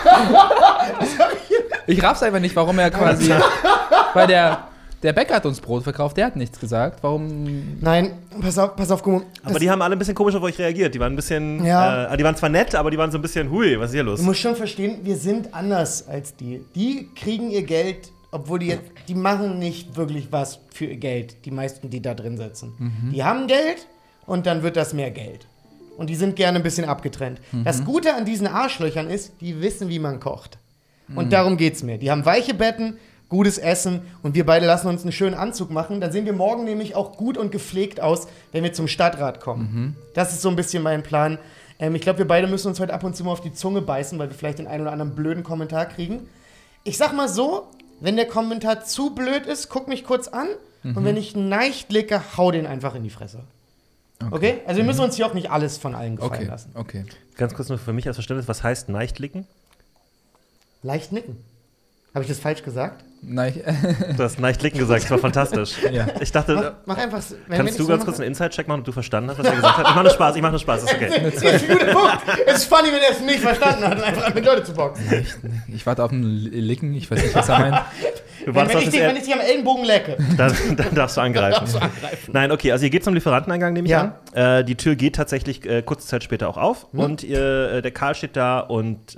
Ich raff's einfach nicht, warum er quasi. Weil der Bäcker hat uns Brot verkauft, der hat nichts gesagt. Warum. Nein, pass auf, Gummo. Aber die haben alle ein bisschen komisch auf euch reagiert. Die waren ein bisschen, Ja. die waren zwar nett, aber die waren so ein bisschen, hui, was ist hier los? Du musst schon verstehen, wir sind anders als die. Die kriegen ihr Geld, obwohl die machen nicht wirklich was für ihr Geld, die meisten, die da drin sitzen. Die haben Geld und dann wird das mehr Geld. Und die sind gerne ein bisschen abgetrennt. Das Gute an diesen Arschlöchern ist, die wissen, wie man kocht. Und darum geht's mir. Die haben weiche Betten, gutes Essen und wir beide lassen uns einen schönen Anzug machen. Dann sehen wir morgen nämlich auch gut und gepflegt aus, wenn wir zum Stadtrat kommen. Das ist so ein bisschen mein Plan. Ich glaube, wir beide müssen uns heute ab und zu mal auf die Zunge beißen, weil wir vielleicht den einen oder anderen blöden Kommentar kriegen. Ich sag mal so, wenn der Kommentar zu blöd ist, guck mich kurz an und wenn ich Neicht licke, hau den einfach in die Fresse. Okay? Also wir müssen uns hier auch nicht alles von allen gefallen Okay, lassen. okay. Ganz kurz nur für mich als Verständnis, was heißt Neichtlicken? Leicht nicken. Habe ich das falsch gesagt? Nein, Du hast Neichtlicken gesagt, das war fantastisch. Ja. Ich dachte, Mach einfach. kannst du ganz kurz einen Inside-Check machen, ob du verstanden hast, was er gesagt hat? Ich mache nur Spaß, ist okay. Das ist ein guter Punkt. Es ist funny, wenn er es nicht verstanden hat und einfach an mit Leute zu boxen. ich warte auf ein Licken, ich weiß nicht, was er meint. Du Wenn wartest auf ich, das wenn ich dich am Ellenbogen lecke. dann darfst du angreifen. Nein, okay, also ihr geht zum Lieferanteneingang, nehme ich Ja. an. Die Tür geht tatsächlich kurze Zeit später auch auf und der Karl steht da und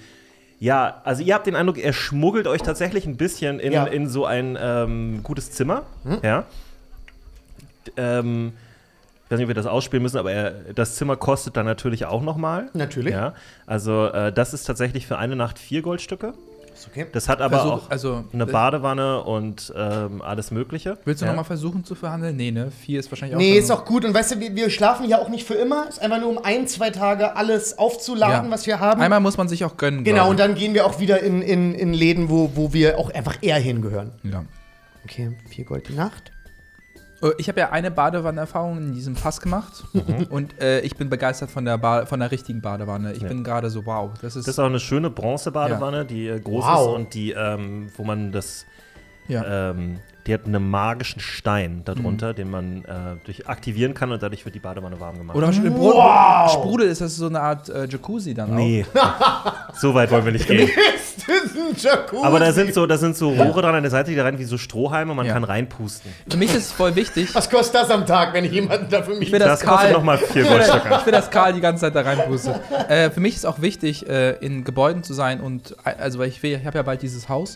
also ihr habt den Eindruck, er schmuggelt euch tatsächlich ein bisschen in so ein gutes Zimmer. Ja. Ich weiß nicht, ob wir das ausspielen müssen, aber das Zimmer kostet dann natürlich auch nochmal. Natürlich. Ja. Also das ist tatsächlich für eine Nacht 4 Goldstücke. Ist okay. Das hat aber Versuch- auch also, eine Badewanne und alles Mögliche. Willst du Ja. nochmal versuchen zu verhandeln? Nee, ne? 4 ist wahrscheinlich auch. Nee, schon- ist auch gut. Und weißt du, wir schlafen ja auch nicht für immer. Ist einfach nur um 1-2 Tage alles aufzuladen, Ja. was wir haben. Einmal muss man sich auch gönnen. Genau, glaub und dann gehen wir auch wieder in Läden, wo wir auch einfach eher hingehören. ich. Ja. Okay, 4 Gold die Nacht. Ich habe ja eine Badewanne-Erfahrung in diesem Pass gemacht und ich bin begeistert von der richtigen Badewanne. Ich bin gerade so, wow, das ist. Das ist auch eine schöne Bronzebadewanne, die groß Wow. ist und die, wo man das, ja. die hat einen magischen Stein darunter, den man aktivieren kann und dadurch wird die Badewanne warm gemacht. Oder Wow. Sprudel, ist das so eine Art Jacuzzi dann Nee, so weit wollen wir nicht gehen. Ist das ein Jacuzzi? Aber da sind so Rohre dran an der Seite, die da rein wie so Strohhalme, man Ja. kann reinpusten. auch. Für mich ist es voll wichtig. Was kostet das am Tag, wenn ich jemanden da für mich... Ich will Das kostet nochmal 4 Goldstücke. Ich will, dass Karl die ganze Zeit da reinpustet. Für mich ist auch wichtig, in Gebäuden zu sein und also weil ich habe ja bald dieses Haus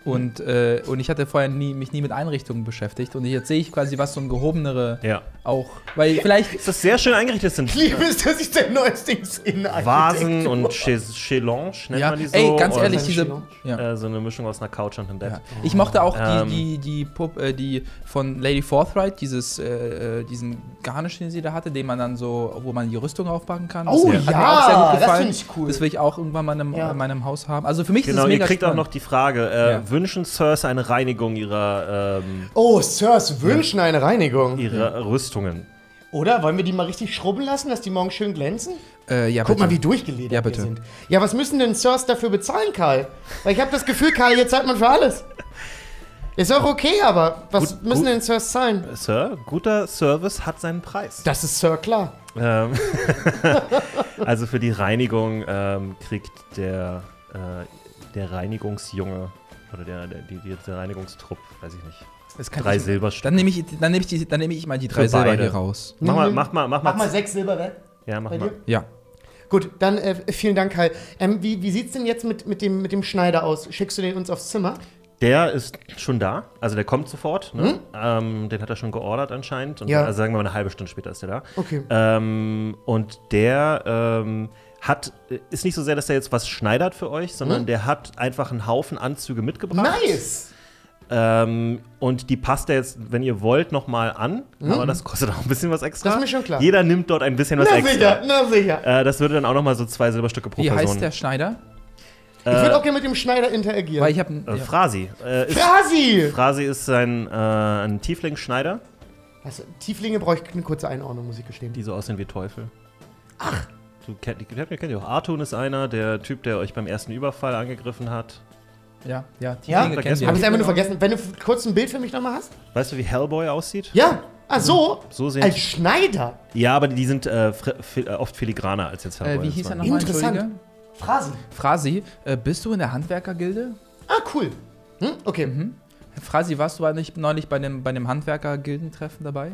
Und ich hatte vorher mich nie mit Einrichtungen beschäftigt. Und jetzt sehe ich quasi, was so ein gehobenere auch. Weil vielleicht. Ist das sehr schön eingerichtet sind. Ich liebe es, dass ich dein neues Ding in Vasen und Chelange nennt man die so. Ey, ganz ehrlich, so eine Mischung aus einer Couch und einem Bett. Ja. Ich mochte auch die von Lady Forthright, diesen Garnish, den sie da hatte, den man dann so, wo man die Rüstung aufpacken kann. Oh das hat mir auch sehr gut gefallen. Das finde ich cool. Das will ich auch irgendwann mal in meinem Haus haben. Also für mich ist es Genau, mega ihr kriegt spannend. auch noch die Frage, wünschen Sirs eine Reinigung ihrer Sirs wünschen eine Reinigung. ihrer Rüstungen? Oder? Wollen wir die mal richtig schrubben lassen, dass die morgen schön glänzen? Ja, Guck bitte. mal, wie durchgeledert Ja, bitte. wir sind. Ja, was müssen denn Sirs dafür bezahlen, Karl? Weil ich habe das Gefühl, Karl, hier zahlt man für alles. Ist auch okay, aber was müssen denn Sirs zahlen? Sir, guter Service hat seinen Preis. Das ist Sir klar. Also für die Reinigung kriegt der Reinigungsjunge oder der Reinigungstrupp, weiß ich nicht, Das kann 3 ich- Silberstücke. Dann nehme ich mal die 3 Für Silber beide. hier raus. Mach mal 6 Silber weg. Ja, mach Bei mal. dir? Ja. Gut, dann vielen Dank, Karl. Wie sieht's denn jetzt mit dem Schneider aus? Schickst du den uns aufs Zimmer? Der ist schon da, also der kommt sofort. Ne? Den hat er schon geordert anscheinend. Und Ja. also sagen wir mal eine halbe Stunde später ist der da. Okay. Und der ist nicht so sehr, dass er jetzt was schneidert für euch, sondern der hat einfach einen Haufen Anzüge mitgebracht. Nice! Und die passt er jetzt, wenn ihr wollt, nochmal an. Aber das kostet auch ein bisschen was extra. Das ist mir schon klar. Jeder nimmt dort ein bisschen was Na extra. sicher. Das würde dann auch nochmal so 2 Silberstücke pro Wie Person. heißt der Schneider? Ich würde auch gerne mit dem Schneider interagieren. Weil ich habe Frasi. Frasi! Frasi ist ein Tiefling-Schneider, Also, Tieflinge brauche ich eine kurze Einordnung, muss ich gestehen. die so aussehen wie Teufel. Ach. Kennt ihr auch. Artun ist einer, der Typ, der euch beim ersten Überfall angegriffen hat. Ja, Ja? Tieflinge Vergessen. kennen Hab ich wir. einfach nur vergessen. Wenn du kurz ein Bild für mich nochmal hast? Weißt du, wie Hellboy aussieht? Ja. Ach so? So sehen Als Schneider. Ja, aber die sind oft filigraner als jetzt Hellboy. Wie das hieß er war- nochmal? Interessant. Entschuldige. Frasi. Frasi, bist du in der Handwerkergilde? Ah, cool. Okay. Frasi, warst du nicht neulich bei dem Handwerker-Gildentreffen dabei?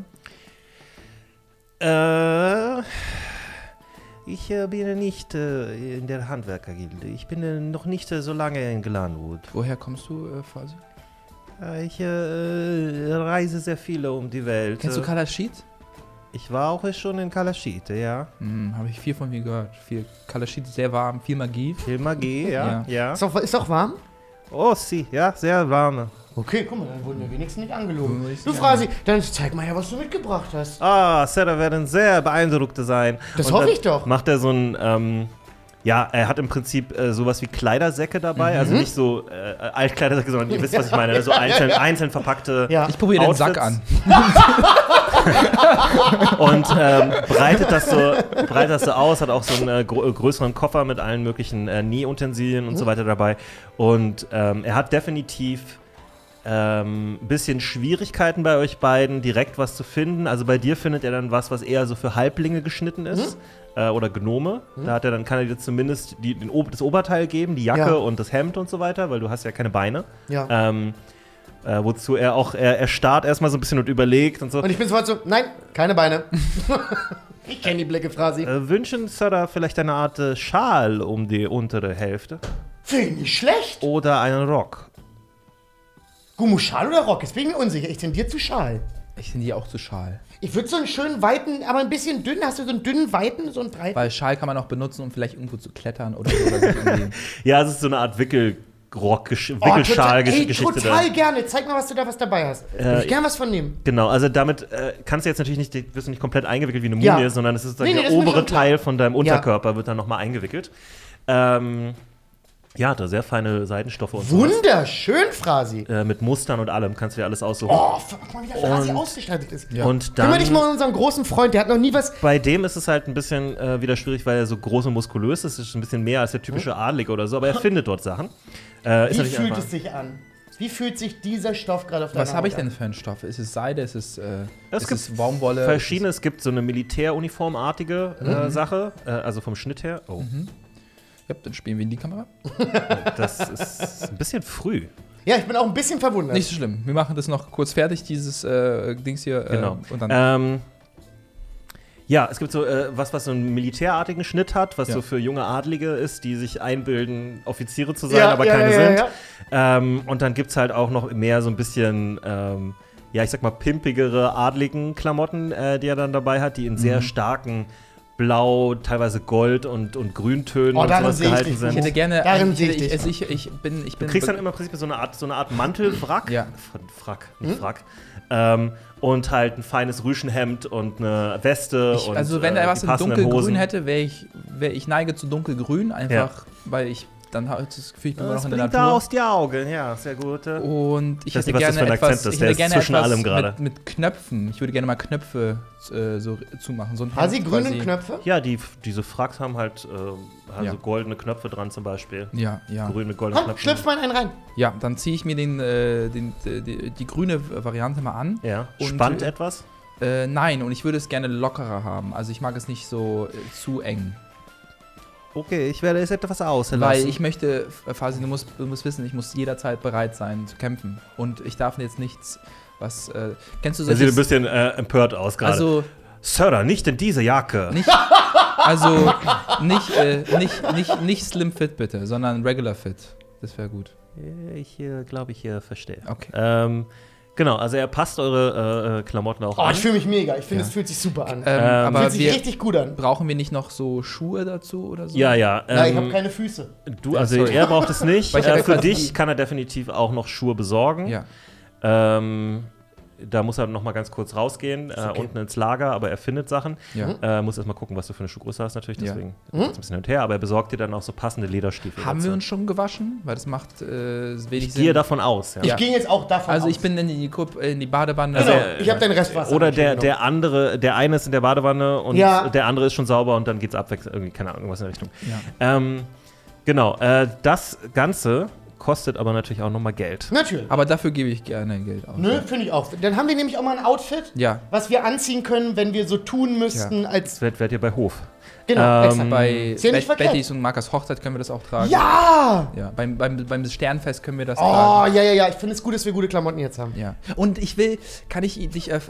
Ich bin nicht in der Handwerkergilde. Ich bin noch nicht so lange in Glenwood. Woher kommst du, Frasi? Ich reise sehr viel um die Welt. Kennst du Kalashit? Ich war auch schon in Kalashit, ja. Habe ich viel von mir gehört. Viel Kalashit, sehr warm, viel Magie. Viel Magie, ja. Ist auch warm? Oh, sie, ja, sehr warm. Okay, guck mal, dann wurden wir wenigstens nicht angelogen. Weiß Du ich Frasi, dann zeig mal her, was du mitgebracht hast. Sarah werden sehr beeindruckt sein. Das Und hoffe dann ich doch. Macht er so ein, er hat im Prinzip sowas wie Kleidersäcke dabei. Also nicht so Altkleidersäcke, sondern ihr wisst, was ich meine. So einzeln verpackte Ja. Ich probiere den Outfits. Sack an. Und breitet das so aus, hat auch so einen größeren Koffer mit allen möglichen Nähutensilien und so weiter dabei. Und er hat definitiv ein bisschen Schwierigkeiten bei euch beiden, direkt was zu finden. Also bei dir findet er dann was eher so für Halblinge geschnitten ist. Oder Gnome. Da kann er dir zumindest das Oberteil geben, die Jacke und das Hemd und so weiter, weil du hast ja keine Beine. Ja. Wozu er starrt erstmal so ein bisschen und überlegt und so. Und ich bin sofort so, nein, keine Beine. Ich kenne die Blicke, Frasi. Wünschen Sarah vielleicht eine Art Schal um die untere Hälfte? Finde ich nicht schlecht. Oder einen Rock? Gummo, Schal oder Rock? Jetzt bin ich mir unsicher. Ich tendiere zu Schal. Ich finde die auch zu schal. Ich würde so einen schönen weiten, aber ein bisschen dünn. Hast du so einen dünnen, weiten, so einen breiten? Weil Schal kann man auch benutzen, um vielleicht irgendwo zu klettern oder so. Oder sich irgendwie- Ja, es ist so eine Art Wickelschal-Geschichte. Total gerne. Zeig mal, was du da was dabei hast. Würde ich gern was von nehmen. Genau, also damit kannst du jetzt natürlich wirst du nicht komplett eingewickelt wie eine Ja. Mumie, sondern es ist Nee, der das ist mir obere schon klar. Teil von deinem Unterkörper wird dann nochmal eingewickelt. Ja, da sehr feine Seidenstoffe und so. Wunderschön, Frasi. Mit Mustern und allem kannst du dir alles aussuchen. Oh, guck mal, wie der Frasi Und- ausgestattet ist. Ja. Und dann Kümmere dich mal um unseren großen Freund. Der hat noch nie was... bei dem ist es halt ein bisschen wieder schwierig, weil er so groß und muskulös ist. Es ist ein bisschen mehr als der typische Adlige oder so, aber er findet dort Sachen. Ist Wie natürlich fühlt einfach- es sich an? Wie fühlt sich dieser Stoff gerade auf deiner Was habe ich Haut denn an? für einen Stoff? Ist es Seide? Ist es, ist gibt es Baumwolle? Verschiedene, es gibt so eine Militäruniformartige Sache, also vom Schnitt her. Oh, Ja, dann spielen wir in die Kamera. das ist ein bisschen früh. Ja, ich bin auch ein bisschen verwundert. Nicht so schlimm. Wir machen das noch kurz fertig, dieses Dings hier. Genau. Und dann Ja, es gibt so was so einen militärartigen Schnitt hat, was so für junge Adlige ist, die sich einbilden, Offiziere zu sein, aber keine sind. Ja. Und dann gibt es halt auch noch mehr so ein bisschen, ich sag mal, pimpigere, adligen Klamotten, die er dann dabei hat, die in sehr starken Blau, teilweise Gold und Grüntönen und sowas gehalten sind. Ich hätte gerne Du kriegst dann immer im Prinzip so eine Art Mantelwrack. Frack, nicht Frack. Und halt ein feines Rüschenhemd und eine Weste. Also wenn er was in dunkelgrün hätte, wäre ich neige zu dunkelgrün, einfach weil ich dann habe ich das Gefühl, ich bin immer noch in der Natur. Da aus die Augen, ja, sehr gut. Und ich hätte gerne etwas zwischen allem gerade. Mit Knöpfen. Ich würde gerne mal Knöpfe so zumachen. So Quasi grüne Knöpfe? Ja, diese Fracks haben halt so goldene Knöpfe dran zum Beispiel. Ja. Grün mit goldenen Knöpfen. Schlüpf mal einen rein. Ja, dann ziehe ich mir die grüne Variante mal an. Ja. Spannt etwas? Nein, und ich würde es gerne lockerer haben. Also ich mag es nicht so zu eng. Okay, ich werde es etwas auslassen. Weil ich möchte, Fasi, du musst wissen, ich muss jederzeit bereit sein zu kämpfen. Und ich darf jetzt nichts, kennst du solches... Er sieht ein bisschen empört aus gerade. Also... Sir, nicht in diese Jacke. Nicht Slim Fit bitte, sondern Regular Fit. Das wäre gut. Ich glaube, ich verstehe. Okay. Genau, also er passt eure Klamotten auch an. Ich fühle mich mega. Ich finde, es fühlt sich super an. Aber fühlt sich richtig gut an. Brauchen wir nicht noch so Schuhe dazu oder so? Ja. Ich habe keine Füße. Er braucht es nicht. Für dich kann er definitiv auch noch Schuhe besorgen. Ja. Da muss er noch mal ganz kurz rausgehen, unten ins Lager, aber er findet Sachen. Ja. Muss erst mal gucken, was du für eine Schuhgröße hast natürlich, deswegen ist ein bisschen hin und her, aber er besorgt dir dann auch so passende Lederstiefel. Haben wir uns schon gewaschen? Weil das macht wenig Sinn. Ich gehe davon aus, ja. Ich gehe jetzt auch davon aus. Also ich bin in die Badewanne. Genau, ich habe den Restwasser. Oder der eine ist in der Badewanne und der andere ist schon sauber und dann geht's abwechselnd, irgendwie, keine Ahnung, was in der Richtung. Ja. Genau, das Ganze kostet aber natürlich auch nochmal Geld. Natürlich. Aber dafür gebe ich gerne Geld aus. Nö, finde ich auch. Dann haben wir nämlich auch mal ein Outfit, was wir anziehen können, wenn wir so tun müssten, als... Werdet ihr bei Hof. Genau, exakt. Bei Bettys und Markers Hochzeit können wir das auch tragen. Ja! Beim Sternfest können wir das tragen. Ja. Ich finde es gut, dass wir gute Klamotten jetzt haben. Ja. Und kann ich dich wie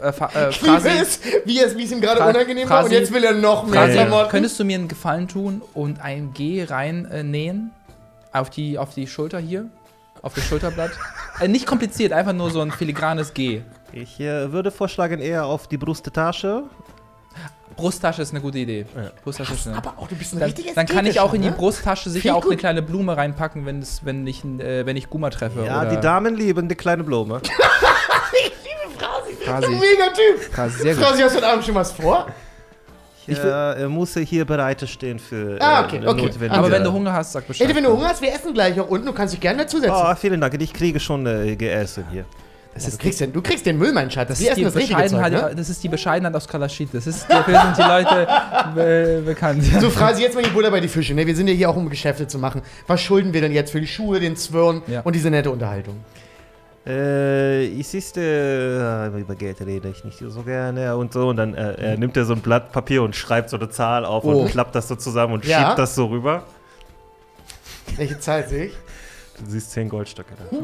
es ihm gerade unangenehm war und jetzt will er noch mehr Klamotten. Könntest du mir einen Gefallen tun und ein G rein nähen? Auf die Schulter hier? Auf das Schulterblatt? Nicht kompliziert, einfach nur so ein filigranes G. Ich würde vorschlagen eher auf die Brusttasche. Brusttasche ist eine gute Idee. Ja. Brusttasche ist aber auch, du bist ein richtiges Dann kann ich auch in die Brusttasche sicher auch eine kleine Blume reinpacken, wenn ich Guma treffe. Ja, die Damen lieben die kleine Blume. Ich liebe Frasi. Das ist ein Mega-Typ. Frasi, hast du heute Abend schon was vor? Ich muss hier bereitstehen für notwendige... Aber wenn du Hunger hast, sag Bescheid. Wenn du Hunger hast, wir essen gleich auch unten. Du kannst dich gerne dazusetzen. Oh, vielen Dank. Ich kriege schon gegessen hier. Du kriegst den Müll, mein Schatz. Das ist die Bescheidenheit aus Kalaschit. Dafür sind die Leute bekannt. So, Frasi, jetzt mal die Butter bei die Fische. Ne? Wir sind ja hier auch, um Geschäfte zu machen. Was schulden wir denn jetzt für die Schuhe, den Zwirn und diese nette Unterhaltung? Über Geld rede ich nicht so gerne und so. Und dann nimmt er so ein Blatt Papier und schreibt so eine Zahl auf und klappt das so zusammen und schiebt das so rüber. Welche Zahl sehe ich? Du siehst 10 Goldstücke da.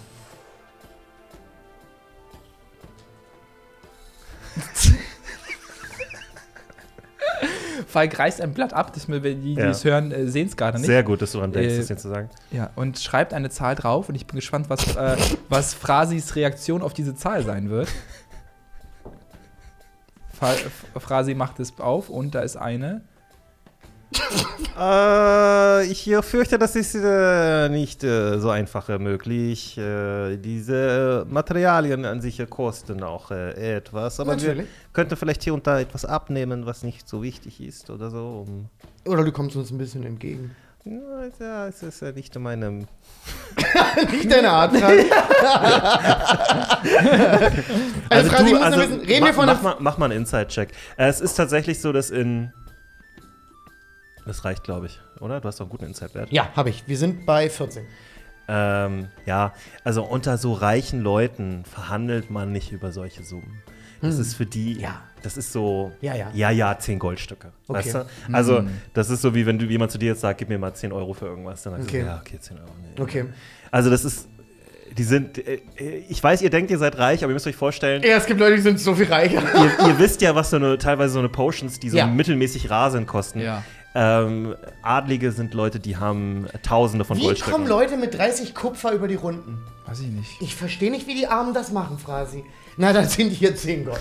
Falk reißt ein Blatt ab, die es hören, sehen es gerade nicht. Sehr gut, dass du daran denkst, das dir zu sagen. Ja, und schreibt eine Zahl drauf und ich bin gespannt, was Phrasis Reaktion auf diese Zahl sein wird. Phrasi macht es auf und da ist eine. Ich fürchte, das ist nicht so einfach möglich. Diese Materialien an sich kosten auch etwas. Aber wir könnten vielleicht hier und da etwas abnehmen, was nicht so wichtig ist oder so. Oder du kommst uns ein bisschen entgegen. Ja, es ist ja nicht meinem... nicht deine Art, Frasi. Also Frasi, muss nur wissen, reden wir von... Mach mal einen Inside-Check. Es ist tatsächlich so, dass das reicht, glaube ich, oder? Du hast doch einen guten Insight-Wert. Ja, habe ich. Wir sind bei 14. Ja, also unter so reichen Leuten verhandelt man nicht über solche Summen. Das ist für die, das ist so, 10 Goldstücke. Okay. Weißt du? Also, das ist so, wie wenn jemand zu dir jetzt sagt, gib mir mal 10 Euro für irgendwas. Dann sagst du, 10 Euro. Nee. Okay. Also, das ist, Die sind, ich weiß, ihr denkt, ihr seid reich, aber ihr müsst euch vorstellen, Ja, es gibt Leute, die sind so viel reicher. ihr wisst ja, was teilweise so eine Potions, die so Ja. mittelmäßig rar sind, kosten. Ja. Adlige sind Leute, die haben Tausende von Wie Goldstücken. kommen Leute mit 30 Kupfer über die Runden? Weiß ich nicht. Ich verstehe nicht, wie die Armen das machen, Frasi. Na, dann sind hier 10 Gold.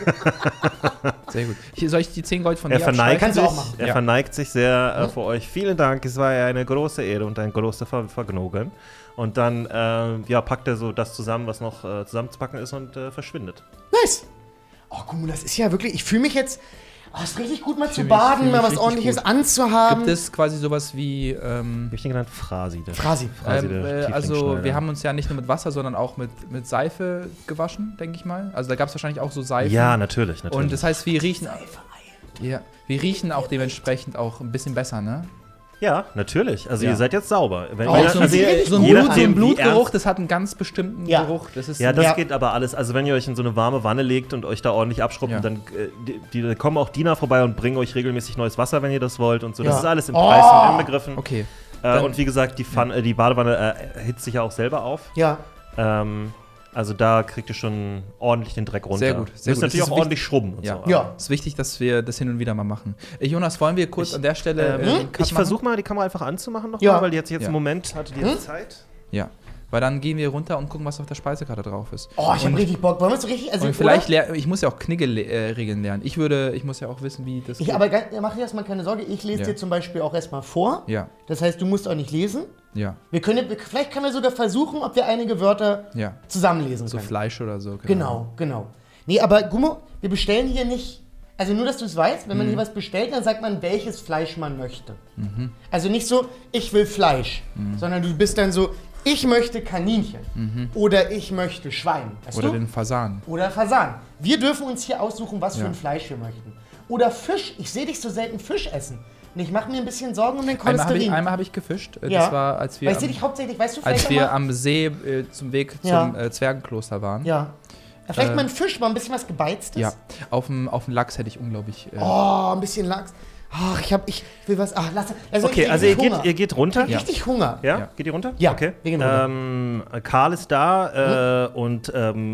Sehr gut. Soll ich die 10 Gold von Er dir verneigt Kannst du sich, auch machen. er Ja. verneigt sich sehr vor euch. Vielen Dank, es war eine große Ehre und ein großes Vergnügen. Und dann packt er so das zusammen, was noch zusammenzupacken ist und verschwindet. Nice. Oh, guck mal, das ist ja wirklich, ich fühle mich jetzt, es ist richtig gut, mal zu fühl mich baden, mal was richtig Ordentliches gut. anzuhaben. Gibt es quasi sowas wie, Wie hab ich den genannt? Frasi. Frasi. der also Tieflingschneider. wir haben uns ja nicht nur mit Wasser, sondern auch mit Seife gewaschen, denke ich mal. Also da gab es wahrscheinlich auch so Seifen. Ja, natürlich. Und das heißt, wir riechen auch dementsprechend auch ein bisschen besser, ne? Ja, natürlich. Also Ja. ihr seid jetzt sauber. Wenn Oh, ihr- so ein also ihr- So ein, je Blut, so nachdem, ein wie Blutgeruch, ernst- das hat einen ganz bestimmten Ja. Geruch. Das ist Ja, das Ja. geht aber alles. Also wenn ihr euch in so eine warme Wanne legt und euch da ordentlich abschrubbt, Ja. dann die kommen auch Diener vorbei und bringen euch regelmäßig neues Wasser, wenn ihr das wollt und so. Ja. Das ist alles im Oh. Preis mit inbegriffen. okay. Dann- Und wie gesagt, die Badewanne erhitzt sich ja auch selber auf. Ja. Also da kriegt ihr schon ordentlich den Dreck runter. Sehr gut, sehr Müsst gut. natürlich Das auch ist ordentlich schrubben und Ja. so. Ja. Es ist wichtig, dass wir das hin und wieder mal machen. Jonas, wollen wir kurz an der Stelle den Cut Ich versuche mal, die Kamera einfach anzumachen noch Ja. mal, weil die jetzt Ja. im Moment hatte die jetzt Zeit. Ja, weil dann gehen wir runter und gucken, was auf der Speisekarte drauf ist. Oh, ich hab Und- richtig Bock. Wollen wir so richtig, also, Und vielleicht ich muss ja auch Knigge-Regeln lernen. Ich muss ja auch wissen, wie das aber mach dir erstmal keine Sorge, ich lese Ja. dir zum Beispiel auch erstmal vor. Ja, Das heißt, du musst auch nicht lesen. ja, Vielleicht können wir sogar versuchen, ob wir einige Wörter ja. zusammenlesen So können. Fleisch oder so. Genau. Nee, aber Gummo, wir bestellen hier nicht. Also nur, dass du es weißt, wenn man Mhm. hier was bestellt, dann sagt man, welches Fleisch man möchte. Also nicht so, ich will Fleisch, Mhm. sondern du bist dann so, ich möchte Kaninchen oder ich möchte Schwein. Weißt Oder du? den Fasan. Oder Fasan. Wir dürfen uns hier aussuchen, was für Ja. ein Fleisch wir möchten. Oder Fisch. Ich sehe dich so selten Fisch essen. Und ich mache mir ein bisschen Sorgen um den Cholesterin. Einmal hab ich gefischt. Ja. Das war, als wir, Weil ich sehe dich hauptsächlich, weißt du, als vielleicht wir auch mal, am See zum Weg Ja. zum Zwergenkloster waren. ja. Vielleicht mal ein Fisch, mal ein bisschen was Gebeiztes. Ja, auf dem Lachs hätte ich unglaublich. Oh, ein bisschen Lachs. Ach, ich will was. Ach, lass. Okay, also ihr geht runter. Ja. Richtig Hunger. Ja? Ja. Geht ihr runter? Ja, Okay. wir gehen runter. Karl ist da und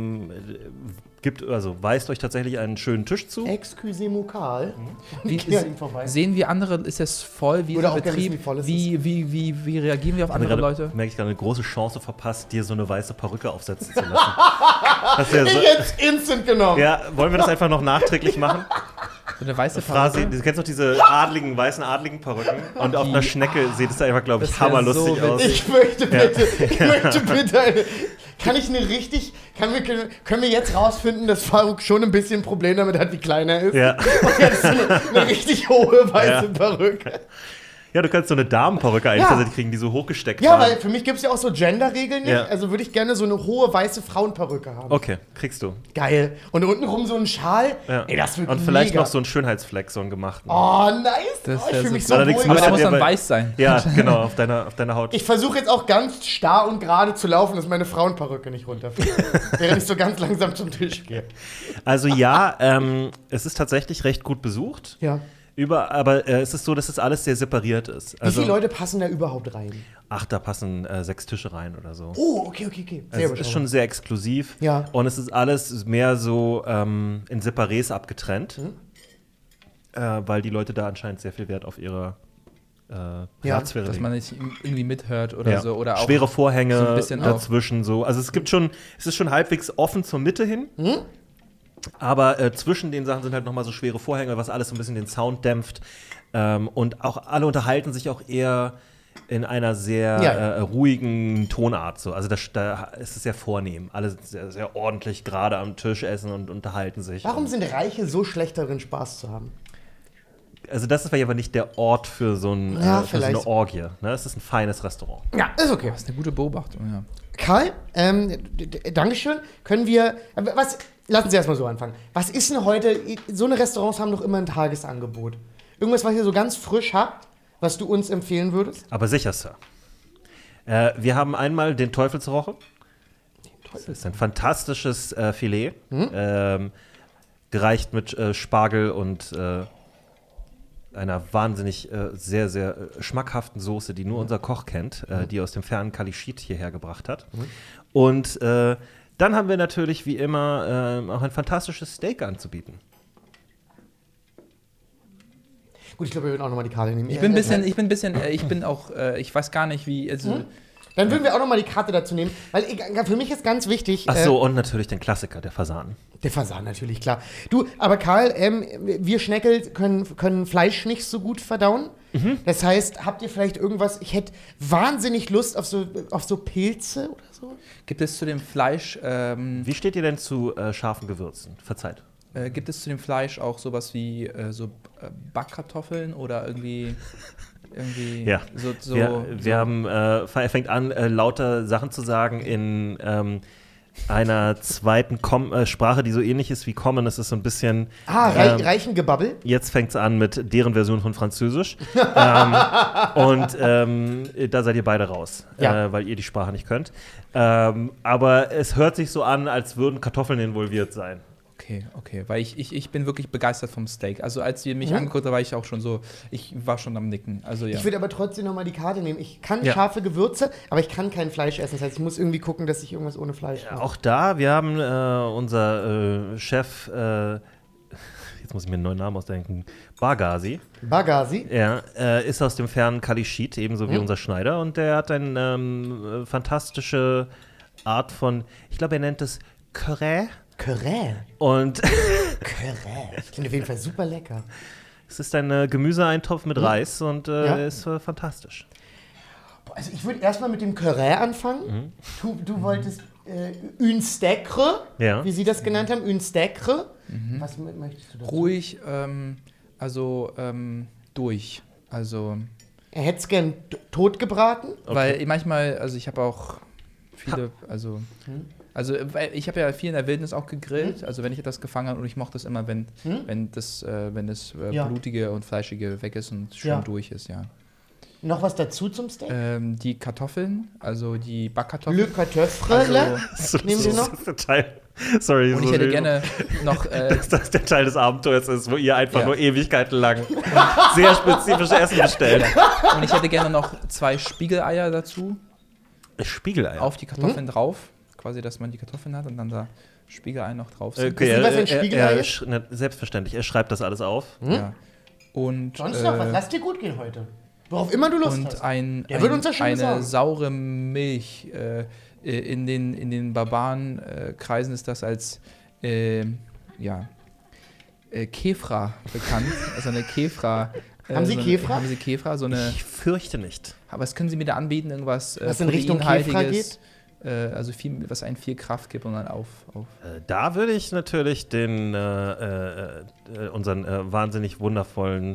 weist euch tatsächlich einen schönen Tisch zu. Excusez-moi, Karl. Wie, Ich gehe an ihm vorbei. sehen wir andere, ist das voll? Wie Oder ist auch der gerne wissen, Betrieb? wie voll es Wie reagieren wir auf andere Leute? Merke ich gerade eine große Chance verpasst, dir so eine weiße Perücke aufsetzen zu lassen. Das wär Ich jetzt instant genommen. ja, wollen wir das einfach noch nachträglich machen? So eine weiße Phrase, Perücke? du kennst doch diese weißen adligen Perücken und auf einer Schnecke sieht es einfach, glaube ich, Das wär hammerlustig so aus. Ich möchte bitte eine. Kann ich eine richtig. Können wir jetzt rausfinden, dass Faruk schon ein bisschen ein Problem damit hat, wie klein er ist? Ja. Und jetzt so eine richtig hohe weiße Ja. Perücke. Ja, du kannst so eine Damenperücke eigentlich Ja. tatsächlich kriegen, die so hochgesteckt Ja, waren. weil für mich gibt es ja auch so Gender-Regeln nicht. Ja. Also würde ich gerne so eine hohe weiße Frauenperücke haben. Okay, kriegst du. Geil. Und untenrum so ein Schal. Ja. Ey, das wird und vielleicht mega. noch so ein Schönheitsfleck, so einen gemachten. Oh, nice. Das Ich wär fühle mich so so Allerdings wohl. Aber müsst der ihr muss dann bei- weiß sein. Ja, genau, auf deiner Haut. Ich versuche jetzt auch ganz starr und gerade zu laufen, dass meine Frauenperücke nicht runterfällt. Während ich so ganz langsam zum Tisch gehe. Also ja, es ist tatsächlich recht gut besucht. Ja. Aber es ist so, dass es alles sehr separiert ist. Wie Also, viele Leute passen da überhaupt rein? da passen 6 Tische rein oder so. Oh, okay. Sehr Also es ist überschaubar. schon sehr exklusiv. Ja. Und es ist alles mehr so in Separés abgetrennt. Weil die Leute da anscheinend sehr viel Wert auf ihre Privatsphäre Dass legen. man nicht irgendwie mithört oder Ja. so. Oder auch schwere Vorhänge so ein bisschen dazwischen so. Also es ist schon halbwegs offen zur Mitte hin. Aber zwischen den Sachen sind halt nochmal so schwere Vorhänge, was alles so ein bisschen den Sound dämpft. Und auch alle unterhalten sich auch eher in einer sehr ruhigen Tonart. So. Also da ist es sehr vornehm. Alle sind sehr, sehr ordentlich gerade am Tisch essen und unterhalten sich. Warum sind Reiche so schlecht darin, Spaß zu haben? Also das ist aber nicht der Ort für so, für so vielleicht. eine Orgie. Ne? Es ist ein feines Restaurant. Ja, ist okay. Das ist eine gute Beobachtung, ja. Karl, Dankeschön. Können wir. Lassen Sie erstmal so anfangen. Was ist denn heute? So eine Restaurants haben doch immer ein Tagesangebot. Irgendwas, was ihr so ganz frisch habt, was du uns empfehlen würdest? Aber sicher, Sir. Wir haben einmal den Teufelsroche. Das ist ein fantastisches Filet. Gereicht mit Spargel und einer wahnsinnig sehr, sehr schmackhaften Soße, die nur unser Koch kennt, die aus dem fernen Kalischit hierher gebracht hat. Und dann haben wir natürlich wie immer auch ein fantastisches Steak anzubieten. Gut, ich glaube, wir würden auch nochmal die Karte nehmen. Ich weiß gar nicht, wie, also. Dann würden wir auch nochmal die Karte dazu nehmen, weil für mich ist ganz wichtig. Ach so, und natürlich den Klassiker, der Fasan. Der Fasan natürlich, klar. Du, aber Karl, wir Schneckel können Fleisch nicht so gut verdauen. Das heißt, habt ihr vielleicht irgendwas, ich hätte wahnsinnig Lust auf so Pilze oder so. Gibt es zu dem Fleisch, Wie steht ihr denn zu scharfen Gewürzen? Verzeiht. gibt es zu dem Fleisch auch sowas wie Backkartoffeln oder irgendwie Ja. so Wir haben, er fängt an, lauter Sachen zu sagen in einer zweiten Sprache, die so ähnlich ist wie Common. Es ist so ein bisschen. Reichen Gebabbel? Jetzt fängt es an mit deren Version von Französisch. Und da seid ihr beide raus, weil ihr die Sprache nicht könnt. Aber es hört sich so an, als würden Kartoffeln involviert sein. Okay, weil ich bin wirklich begeistert vom Steak. Also als ihr mich angeguckt habt, war ich auch schon so, ich war schon am Nicken. Also ja. Ich würde aber trotzdem nochmal die Karte nehmen. Ich kann scharfe Gewürze, aber ich kann kein Fleisch essen. Das heißt, ich muss irgendwie gucken, dass ich irgendwas ohne Fleisch mache. Auch da, wir haben unser Chef, jetzt muss ich mir einen neuen Namen ausdenken, Bagasi. Bagasi? Ja, ist aus dem fernen Kalischit, ebenso wie unser Schneider. Und der hat eine fantastische Art von, ich glaube, er nennt es Curry. Curry? Und Curry. Das klingt auf jeden Fall super lecker. es ist ein Gemüseeintopf mit Reis und ist fantastisch. Also ich würde erstmal mit dem Curry anfangen. Du wolltest une steakre, wie sie das genannt haben, une steakre. Was möchtest du dazu? Ruhig, durch. Also. Er hätte es gern tot gebraten. Okay. Weil manchmal, also ich habe auch viele, weil ich habe ja viel in der Wildnis auch gegrillt, also wenn ich etwas gefangen habe und ich mochte es immer, wenn das Blutige und Fleischige weg ist und schön durch ist, ja. Noch was dazu zum Steak? Die Kartoffeln, also die Backkartoffeln. Le Kartoffel. Nehmen Sie noch? Das ist der Teil. Sorry. Und ich hätte gerne noch. dass das der Teil des Abenteuers ist, wo ihr einfach nur Ewigkeiten lang sehr spezifische Essen bestellt. Und ich hätte gerne noch 2 Spiegeleier dazu. Spiegeleier? Auf die Kartoffeln drauf. Quasi, dass man die Kartoffeln hat und dann da Spiegelei noch drauf sind. Okay, was ein Spiegelei ist? Selbstverständlich, er schreibt das alles auf. Ja. Und, Sonst noch was? Lass dir gut gehen heute. Worauf immer du Lust hast. Und Der wird uns ja schon eine sagen. saure Milch. In den Barbarenkreisen ist das als Kefra bekannt. Also eine Kefra. Haben Sie Kefra? Haben Sie Kefra? So eine, Ich fürchte nicht. was können Sie mir da anbieten? Irgendwas Was in Richtung Kefra geht? Also viel, was einen viel Kraft gibt und dann auf. Da würde ich natürlich unseren wahnsinnig wundervollen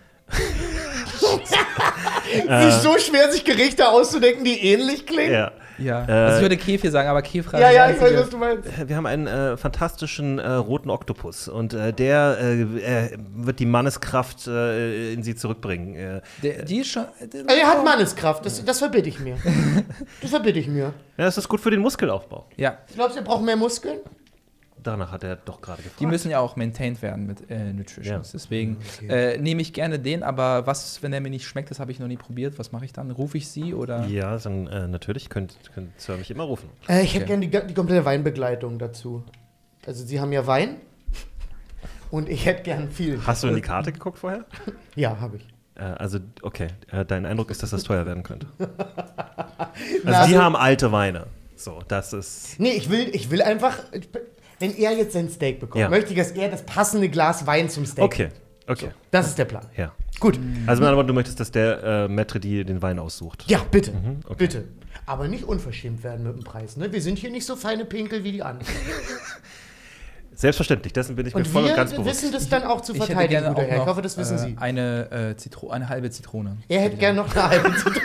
Es ist so schwer, sich Gerichte auszudenken, die ähnlich klingen. Ja. Also ich würde Kefir sagen, aber Kefra ist Ja, die ich weiß, einzige- was du meinst. Wir haben einen fantastischen roten Oktopus und der wird die Manneskraft in sie zurückbringen. Die ist schon. Er hat Manneskraft, das verbitte ich mir. Das verbitte ich mir. Ja, das ist gut für den Muskelaufbau. Ja, Glaubst du, er braucht mehr Muskeln? Danach hat er doch gerade gefragt. die müssen ja auch maintained werden mit Nutrition. Ja. Deswegen nehme ich gerne den, aber was, wenn der mir nicht schmeckt, das habe ich noch nie probiert. Was mache ich dann? Rufe ich Sie oder? Ja, dann natürlich könnt ihr mich immer rufen. Ich hätte gerne die komplette Weinbegleitung dazu. Also, Sie haben ja Wein und ich hätte gern viel. Hast du in die Karte geguckt vorher? Ja, habe ich. Also, okay. Dein Eindruck ist, dass das teuer werden könnte. Na, Also, die haben alte Weine. So, das ist. Nee, ich will einfach, wenn er jetzt sein Steak bekommt, Ja. möchte ich, dass er das passende Glas Wein zum Steak Okay. Das ist der Plan. Ja. Gut. Also, aber du möchtest, dass der Maître den Wein aussucht. Ja, bitte. okay. Bitte. Aber nicht unverschämt werden mit dem Preis. Ne? Wir sind hier nicht so feine Pinkel wie die anderen. Selbstverständlich, dessen bin ich mir Und voll und wir ganz bewusst. wissen das dann auch zu Ich hätte verteidigen, gerne guter auch Herr. Ich noch hoffe, das wissen Sie. eine halbe Zitrone. Er hätte gerne noch eine halbe Zitrone.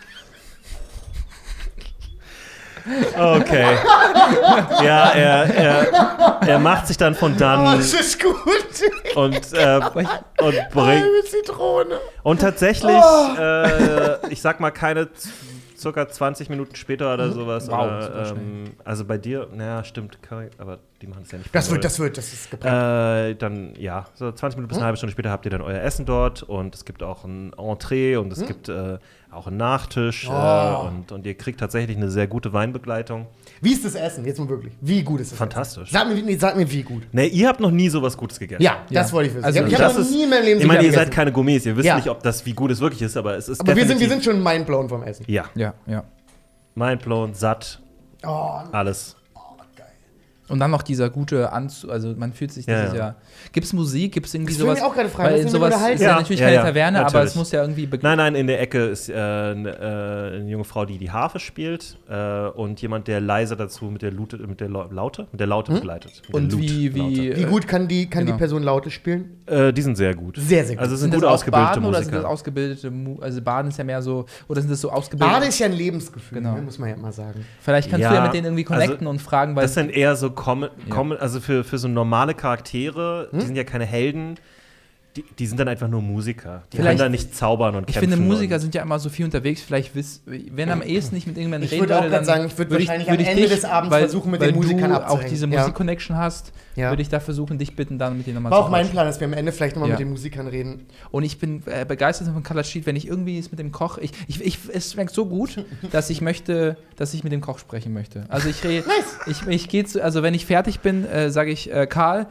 Okay. Ja, er macht sich dann von Oh, dann das ist gut. und bringt. Halbe Zitrone. Und tatsächlich, ich sag mal, circa 20 Minuten später oder sowas. Wow, oder, super schnell. also bei dir, naja, stimmt, Curry, aber Die machen es ja nicht. Das ist geplant. Dann, ja, so 20 Minuten bis eine halbe Stunde später habt ihr dann euer Essen dort und es gibt auch ein Entree und es gibt auch einen Nachtisch und ihr kriegt tatsächlich eine sehr gute Weinbegleitung. Wie ist das Essen? Jetzt mal wirklich. Wie gut ist das Fantastisch. Essen? Sag mir, wie gut. Ne, ihr habt noch nie sowas Gutes gegessen. Ja, das wollte ich wissen. Also ich habe noch nie in meinem Leben Ich meine, ihr seid gegessen. keine Gourmets, ihr wisst Ja. nicht, wie gut es wirklich ist, aber es ist Aber wir definitiv... sind schon mindblown vom Essen. Ja, Ja. mindblown, satt, Oh, alles. geil. Und dann noch dieser gute Anzug, also man fühlt sich dieses Jahr. Gibt's Musik? Gibt's irgendwie Das will sowas? ich auch gerade fragen, Weil was sowas unterhalten? ist ja natürlich keine Taverne, aber natürlich. es muss ja irgendwie Nein, in der Ecke ist eine junge Frau, die Harfe spielt und jemand, der leise dazu mit der Laute begleitet. Mit Und der wie Wie gut kann die Person Laute spielen? Die sind sehr gut. Sehr, sehr gut. Also es sind Sind gut das auch ausgebildete Baden oder sind das Musiker. ausgebildete also Baden ist ja mehr so, oder sind das so ausgebildete? Bade ist ja ein Lebensgefühl, Genau. ne, muss man ja mal sagen. Vielleicht kannst du ja mit denen irgendwie connecten also, und fragen, weil Das sind eher so also für so normale Charaktere, die sind ja keine Helden, die sind dann einfach nur Musiker. Die Vielleicht- können da nicht zaubern und ich kämpfen. finde, Musiker und sind ja immer so viel unterwegs. Vielleicht wenn am ehesten nicht mit irgendjemandem Ich reden würde auch würde, gerade dann sagen, ich würde würde wahrscheinlich würde am Ende dich, des Abends weil- versuchen, mit weil den Musikern du abzuhängen. auch diese Ja. Musik-Connection hast, Ja. würde ich da versuchen, dich bitten, dann mit denen nochmal War zu auch mein quatschen. Plan, dass wir am Ende vielleicht nochmal Ja. mit den Musikern reden. Und ich bin begeistert von Kalashit, wenn ich irgendwie es mit dem Koch, es schmeckt so gut, dass ich mit dem Koch sprechen möchte. Also ich gehe zu, also wenn ich fertig bin, sage ich, Karl,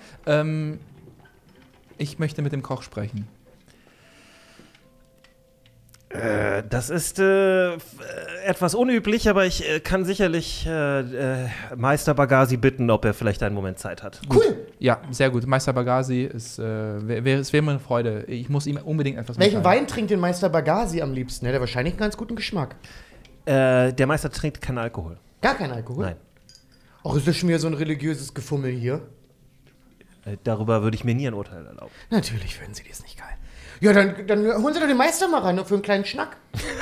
ich möchte mit dem Koch sprechen. Das ist etwas unüblich, aber ich kann sicherlich Meister Bagasi bitten, ob er vielleicht einen Moment Zeit hat. Cool. Ja, sehr gut. Meister Bagasi es wäre mir eine Freude. Ich muss ihm unbedingt etwas Welchen mitteilen. Wein trinkt den Meister Bagasi am liebsten? Der hat wahrscheinlich einen ganz guten Geschmack. Der Meister trinkt keinen Alkohol. Gar kein Alkohol? Nein. Auch ist das schon wieder so ein religiöses Gefummel hier? Darüber würde ich mir nie ein Urteil erlauben. Natürlich finden sie das nicht geil. Ja, dann holen Sie doch den Meister mal rein, nur für einen kleinen Schnack.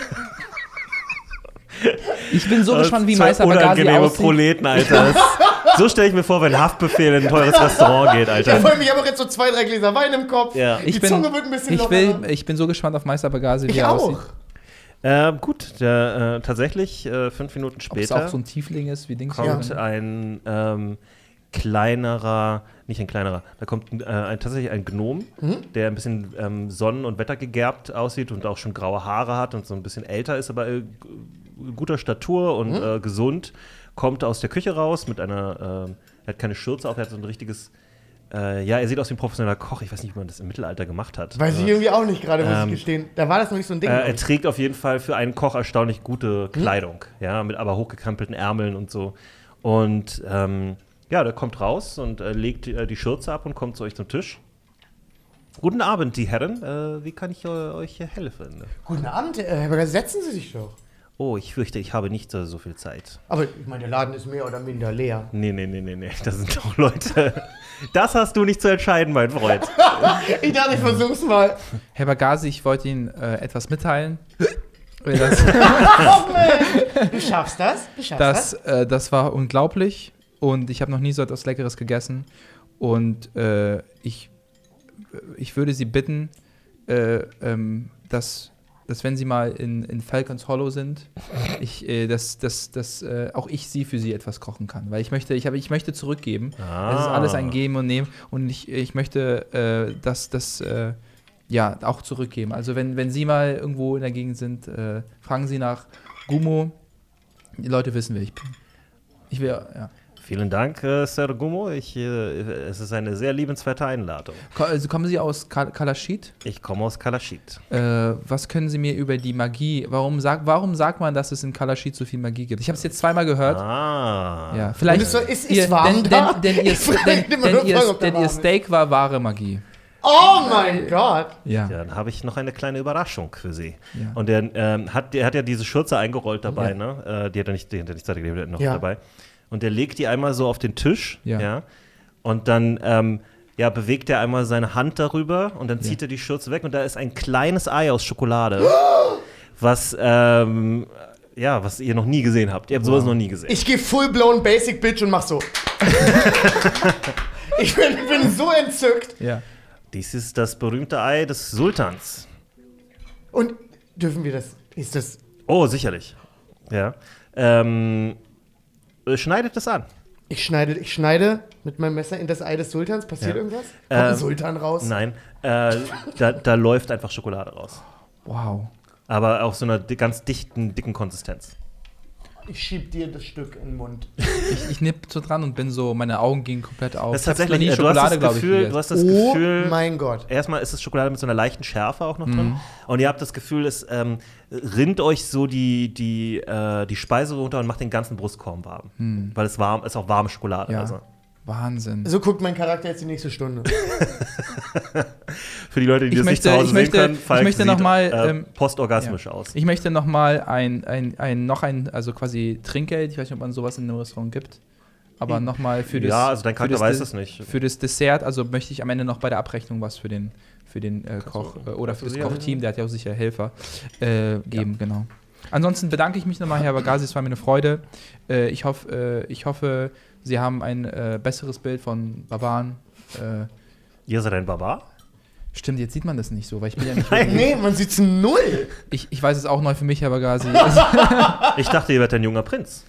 Ich bin so gespannt, wie Zwei Meister Bagasi unangenehme aussieht. Proleten, Alter. So stelle ich mir vor, wenn Haftbefehl in ein teures Restaurant geht, Ja, Alter. vor allem, ich habe auch jetzt so 2, 3 Gläser Wein im Kopf. Ja. Die Zunge wird ein bisschen lockerer. Ich bin so gespannt auf Meister Bagasi, wie Ich er auch. Gut, aussieht. tatsächlich 5 Minuten Ob es später auch so ein Tiefling ist, wie Dings. kommt ein kleinerer, nicht ein kleinerer, da kommt tatsächlich ein Gnom, der ein bisschen sonnen- und wettergegerbt aussieht und auch schon graue Haare hat und so ein bisschen älter ist, aber guter Statur und gesund, kommt aus der Küche raus mit einer, er hat keine Schürze auf, er hat so ein richtiges, er sieht aus wie ein professioneller Koch, ich weiß nicht, wie man das im Mittelalter gemacht hat. Weiß ich irgendwie auch nicht gerade, muss ich gestehen. Da war das noch nicht so ein Ding. Er trägt auf jeden Fall für einen Koch erstaunlich gute Kleidung, ja, mit aber hochgekrempelten Ärmeln und so. Und der kommt raus und legt die Schürze ab und kommt zu euch zum Tisch. Guten Abend, die Herren. Wie kann ich euch helfen? Guten Abend, Herr Bagasi, setzen Sie sich doch. Oh, ich fürchte, ich habe nicht so viel Zeit. Aber ich meine, der Laden ist mehr oder minder leer. Nee. Das sind doch Leute. Das hast du nicht zu entscheiden, mein Freund. Ich dachte, ich versuch's mal. Herr Bagasi, ich wollte Ihnen etwas mitteilen. Das, Oh, man. Du schaffst das? Du schaffst das? das war unglaublich und ich habe noch nie so etwas Leckeres gegessen. Und ich würde Sie bitten, dass wenn Sie mal in Falcons Hollow sind, auch ich für Sie etwas kochen kann. Weil ich möchte zurückgeben. Es ist alles ein Geben und Nehmen. Und ich möchte das auch zurückgeben. Also wenn Sie mal irgendwo in der Gegend sind, fragen Sie nach Gummo. Die Leute wissen, wer ich bin. Ich will, ja. Vielen Dank, Sir Gummo. Es ist eine sehr liebenswerte Einladung. Also kommen Sie aus Kalashit? Ich komme aus Kalashit. Was können Sie mir über die Magie? Warum sagt man, dass es in Kalashit so viel Magie gibt? Ich habe es jetzt zweimal gehört. Ja, vielleicht. Und ist warm da? Denn ihr Steak war wahre Magie. Oh mein Gott. Ja. Dann habe ich noch eine kleine Überraschung für Sie. Ja. Und der hat ja diese Schürze eingerollt dabei, ne? Die hat er nicht weitergegeben, noch dabei. Und der legt die einmal so auf den Tisch, ja. Und dann bewegt er einmal seine Hand darüber und dann zieht er die Schürze weg und da ist ein kleines Ei aus Schokolade, was ihr noch nie gesehen habt. Ihr habt sowas noch nie gesehen. Ich gehe full-blown Basic Bitch und mach so. Ich bin so entzückt. Ja. Dies ist das berühmte Ei des Sultans. Und dürfen wir das? Ist das? Oh, sicherlich. Ja. Schneidet es an. Ich schneide mit meinem Messer in das Ei des Sultans. Passiert irgendwas? Kommt ein Sultan raus? Nein, da läuft einfach Schokolade raus. Wow. Aber auf so einer ganz dicken Konsistenz. Ich schieb dir das Stück in den Mund. Ich nipp so dran und bin so, meine Augen gingen komplett auf. Das ist tatsächlich, du hast das Gefühl, oh mein Gott. Erstmal ist es Schokolade mit so einer leichten Schärfe auch noch drin. Und ihr habt das Gefühl, es rinnt euch so die Speise runter und macht den ganzen Brustkorb warm. Weil es ist auch warme Schokolade. Ja. Also. Wahnsinn. So guckt mein Charakter jetzt die nächste Stunde. Für die Leute, die das nicht zu Hause sehen können, Falk möchte noch mal, postorgasmisch aus. Ich möchte noch mal also quasi Trinkgeld, ich weiß nicht, ob man sowas in einem Restaurant gibt, aber noch mal für das. Ja, also dein Charakter weiß es nicht. Für das Dessert, also möchte ich am Ende noch bei der Abrechnung was für den Koch oder für das Kochteam, der hat ja auch sicher Helfer, geben, genau. Ansonsten bedanke ich mich nochmal, Herr Bagasi, es war mir eine Freude. Ich hoffe, Sie haben ein besseres Bild von Barbaren. Ihr seid ein Barbar? Stimmt, jetzt sieht man das nicht so, weil ich bin ja nicht. Nee, man sieht's null. Ich weiß es auch neu für mich, Herr Bagasi. Ich dachte, ihr werdet ein junger Prinz.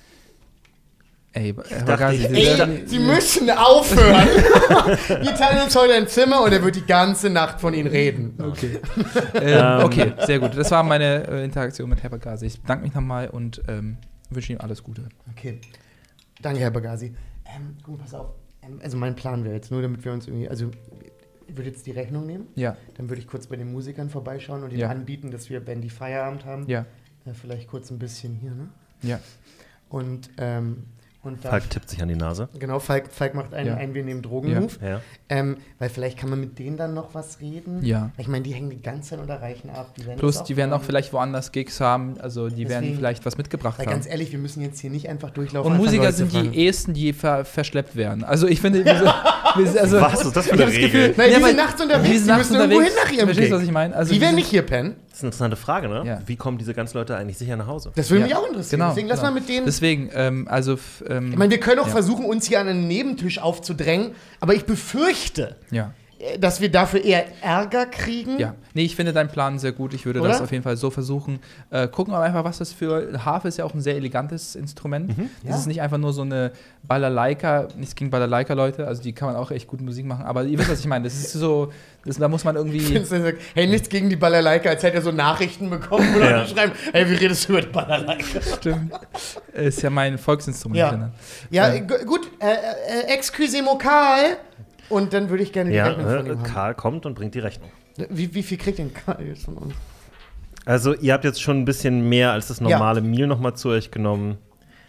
Ey, Herr Bagasi, Sie müssen aufhören. Wir teilen uns heute ein Zimmer und er wird die ganze Nacht von Ihnen reden. Okay. Okay, sehr gut. Das war meine Interaktion mit Herr Bagasi. Ich bedanke mich nochmal und wünsche Ihnen alles Gute. Okay. Danke, Herr Bagasi. Gut, pass auf. Also mein Plan wäre jetzt nur, damit wir uns irgendwie, also ich würde jetzt die Rechnung nehmen. Ja. Dann würde ich kurz bei den Musikern vorbeischauen und ihnen anbieten, dass wir, wenn die Feierabend haben, vielleicht kurz ein bisschen hier, ne? Ja. Und dann, Falk tippt sich an die Nase. Genau, Falk macht einen Wir nehmen Drogen-Move. Ja. Weil vielleicht kann man mit denen dann noch was reden. Ja. Ich meine, die hängen die ganze Zeit unter Reichen ab. Plus, die werden auch vielleicht woanders Gigs haben. Also, die werden vielleicht was mitgebracht haben. Ganz ehrlich, wir müssen jetzt hier nicht einfach durchlaufen. Und Musiker sind die ehesten, die verschleppt werden. Also, ich finde, also, was ist das für eine Regel? Nein, die sind nachts unterwegs. Die müssen irgendwo hin nach ihrem Verstehst Gig. du, was ich meine? Also, die werden nicht hier pennen. Das ist eine interessante Frage, ne? Ja. Wie kommen diese ganzen Leute eigentlich sicher nach Hause? Das würde mich auch interessieren. Genau, Deswegen lass mal mit denen. Deswegen, ich meine, wir können auch versuchen, uns hier an einen Nebentisch aufzudrängen, aber ich befürchte, dass wir dafür eher Ärger kriegen. Ja, nee, ich finde deinen Plan sehr gut. Ich würde das auf jeden Fall so versuchen. Gucken wir einfach, was das für. Harfe ist ja auch ein sehr elegantes Instrument. Das ist nicht einfach nur so eine Balalaika, nichts gegen Balalaika-Leute, also die kann man auch echt gut Musik machen, aber ihr wisst, was ich meine. Das ist so, da muss man irgendwie. Hey, nichts gegen die Balalaika, als hätte er so Nachrichten bekommen, wo Leute schreiben, hey, wie redest du über die Balalaika? Stimmt. Ist ja mein Volksinstrument. Ja, gut, excusez-moi, Karl. Und dann würde ich gerne die Rechnung von ihm haben. Karl kommt und bringt die Rechnung. Wie viel kriegt denn Karl jetzt von uns? Also, ihr habt jetzt schon ein bisschen mehr als das normale Meal nochmal zu euch genommen.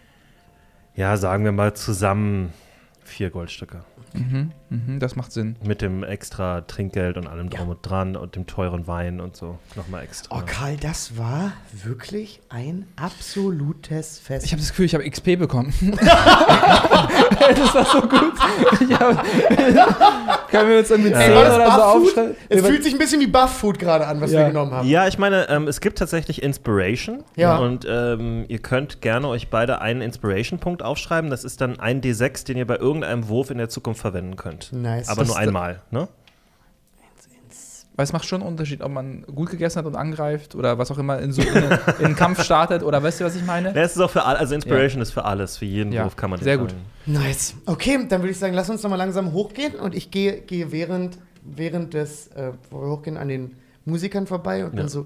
Ja, sagen wir mal zusammen 4 Goldstücke. Das macht Sinn. Mit dem extra Trinkgeld und allem drum und dran und dem teuren Wein und so nochmal extra. Oh, Karl, das war wirklich ein absolutes Fest. Ich habe das Gefühl, ich habe XP bekommen. Das war so gut. Können wir uns irgendwie 10 oder so aufschreiben? Es fühlt sich ein bisschen wie Buff-Food gerade an, was wir genommen haben. Ja, ich meine, es gibt tatsächlich Inspiration. Ja. Und ihr könnt gerne euch beide einen Inspiration-Punkt aufschreiben. Das ist dann ein D6, den ihr bei irgendeinem Wurf in der Zukunft verwenden könnt. Nice. Aber nur einmal, ne? Weil es macht schon einen Unterschied, ob man gut gegessen hat und angreift oder was auch immer in einen Kampf startet oder weißt du, was ich meine? Ja, es ist auch für also Inspiration ist für alles, für jeden Wurf kann man das sehr gut. Nice. Okay, dann würde ich sagen, lass uns noch mal langsam hochgehen und ich gehe während des, wo wir hochgehen, an den Musikern vorbei und dann so,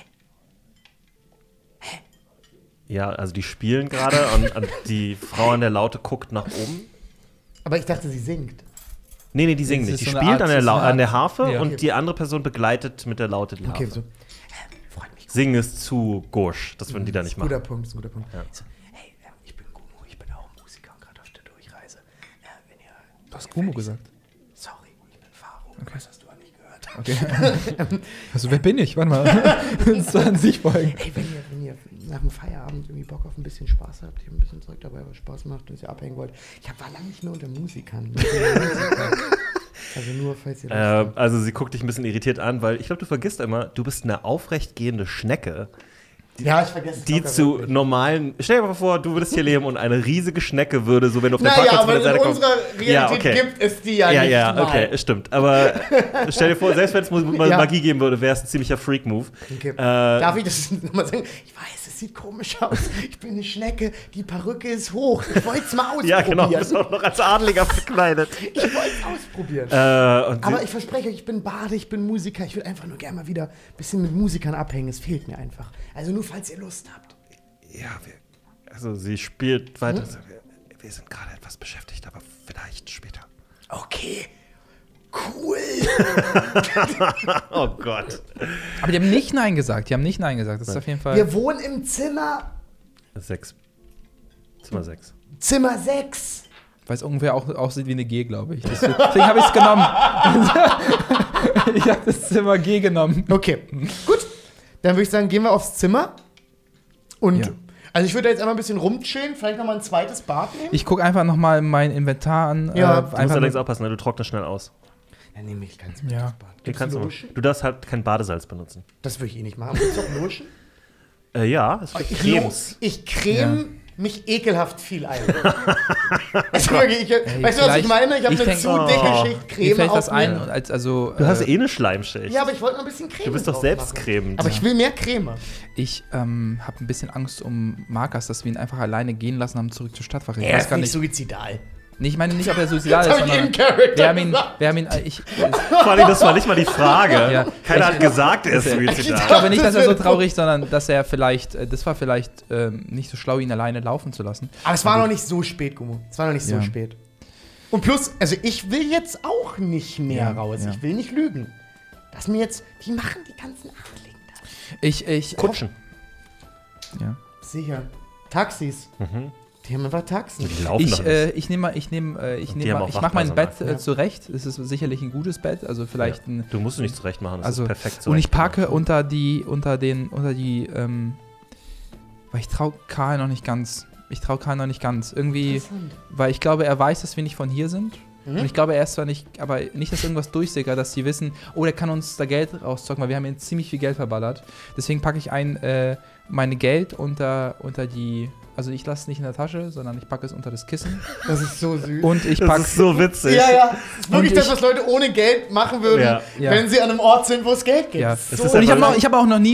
Ja, also die spielen gerade und die Frau an der Laute guckt nach oben. Aber ich dachte, sie singt. Nee, die singen nicht. Die so spielt an der Harfe Ja. und die andere Person begleitet mit der Laute die Harfe. Okay, so. Freut mich. Singen ist zu gauche, das würden die da nicht machen. Guter Punkt, ist ein guter Punkt. Ja. So, hey, ich bin Gumo, ich bin auch Musiker und gerade auf der Durchreise. Du hast Kumo gesagt. Sorry, ich bin Faro. Okay. Das hast du auch nicht gehört. Okay. Also, wer bin ich? Warte mal. Das soll an sich folgen. Hey, wenn ihr nach dem Feierabend irgendwie Bock auf ein bisschen Spaß habt, ihr ein bisschen Zeug dabei, was Spaß macht und ihr abhängen wollt. Ich war lange nicht mehr unter Musikern. Also nur, falls ihr das also sie guckt dich ein bisschen irritiert an, weil ich glaube, du vergisst immer, du bist eine aufrechtgehende Schnecke. Ja, ich vergesse es Die zu wirklich. normalen. Stell dir mal vor, du würdest hier leben und eine riesige Schnecke würde, so wenn du auf der Naja, Parkplatz aber von der Seite in kommst. unserer Realität gibt es die ja nicht Ja, mal. okay, stimmt. Aber stell dir vor, selbst wenn es Magie geben würde, wäre es ein ziemlicher Freak-Move. Okay. Darf ich das nochmal sagen? Ich weiß es sieht komisch aus. Ich bin eine Schnecke, die Perücke ist hoch. Ich wollte es mal ausprobieren. Ja, genau, du bist auch noch als Adeliger verkleidet. Ich wollte es ausprobieren. Aber ich verspreche euch, ich bin Bade, ich bin Musiker. Ich würde einfach nur gerne mal wieder ein bisschen mit Musikern abhängen. Es fehlt mir einfach. Also nur, falls ihr Lust habt. Ja, also sie spielt weiter. Wir sind gerade etwas beschäftigt, aber vielleicht später. Okay. Cool. Oh Gott. Aber die haben nicht Nein gesagt. Das ist auf jeden Fall. Wir wohnen im Zimmer 6. Zimmer 6. Zimmer 6. Weil es ungefähr auch aussieht wie eine G, glaube ich. Deswegen habe ich es genommen. Ich habe das Zimmer G genommen. Okay, gut. Dann würde ich sagen, gehen wir aufs Zimmer. Und also ich würde jetzt einmal ein bisschen rumchillen, vielleicht nochmal ein zweites Bad nehmen. Ich gucke einfach nochmal mein Inventar an. Ja, Du musst allerdings aufpassen, ne? Du trocknest schnell aus. Dann nehme ich kein Ja. Bad. Du darfst halt kein Badesalz benutzen. Das würde ich eh nicht machen. Gibt es auch Lotion? Ja, es gibt Cremes. Ich creme mich ekelhaft viel ein. Also wirklich, weißt du, was ich meine? Ich habe eine zu dicke Schicht Creme Mir fällt auf das ein, mir. also Du hast eh eine Schleimschicht. Ja, aber ich wollte noch ein bisschen Creme Du bist doch drauf selbst machen. cremend. Aber ich will mehr Creme. ich habe ein bisschen Angst um Markus, dass wir ihn einfach alleine gehen lassen haben, zurück zur Stadtwache. Ich Er weiß ist gar nicht nicht. suizidal. Nee, ich meine nicht, ob er suizidal Das ist, hab ich sondern jedem Charakter wir haben ihn, gesagt. Vor allem, das war nicht mal die Frage. Ja. Keiner hat gesagt, er ist Ich suizidal. glaube nicht, dass er so traurig, sondern dass er vielleicht, das war vielleicht nicht so schlau, ihn alleine laufen zu lassen. Aber es war noch nicht so spät, Gummo. Es war noch nicht so Ja. spät. Und plus, also ich will jetzt auch nicht mehr raus. ja. Ich will nicht lügen. Das mir jetzt, die machen die ganzen Adeligen da. Ich Kutschen. ja. Sicher. Taxis. Die haben einfach Taxen. Die laufen doch nicht. Ich haben auch mach mein Bett Wachpersonal. zurecht. Es ist sicherlich ein gutes Bett, also vielleicht ein. Du musst es nicht zurecht machen, das Also ist perfekt und ich zurecht parke gemacht. weil ich traue Karl noch nicht ganz. Irgendwie, Interessant. weil ich glaube, er weiß, dass wir nicht von hier sind. Und ich glaube, er ist zwar nicht, aber nicht, dass irgendwas durchsickert, dass die wissen, oh, der kann uns da Geld rauszocken, weil wir haben ihm ziemlich viel Geld verballert. Deswegen packe ich meine Geld unter die, also ich lasse es nicht in der Tasche, sondern ich packe es unter das Kissen. Das ist so süß. Und ich Das packe ist so witzig. Ja, ja. Das ist wirklich Und das, was Leute ohne Geld machen würden, Ja. Ja. wenn sie an einem Ort sind, wo es Geld gibt. Ja. Das ist Es ist so Und einfach- ich habe auch noch nie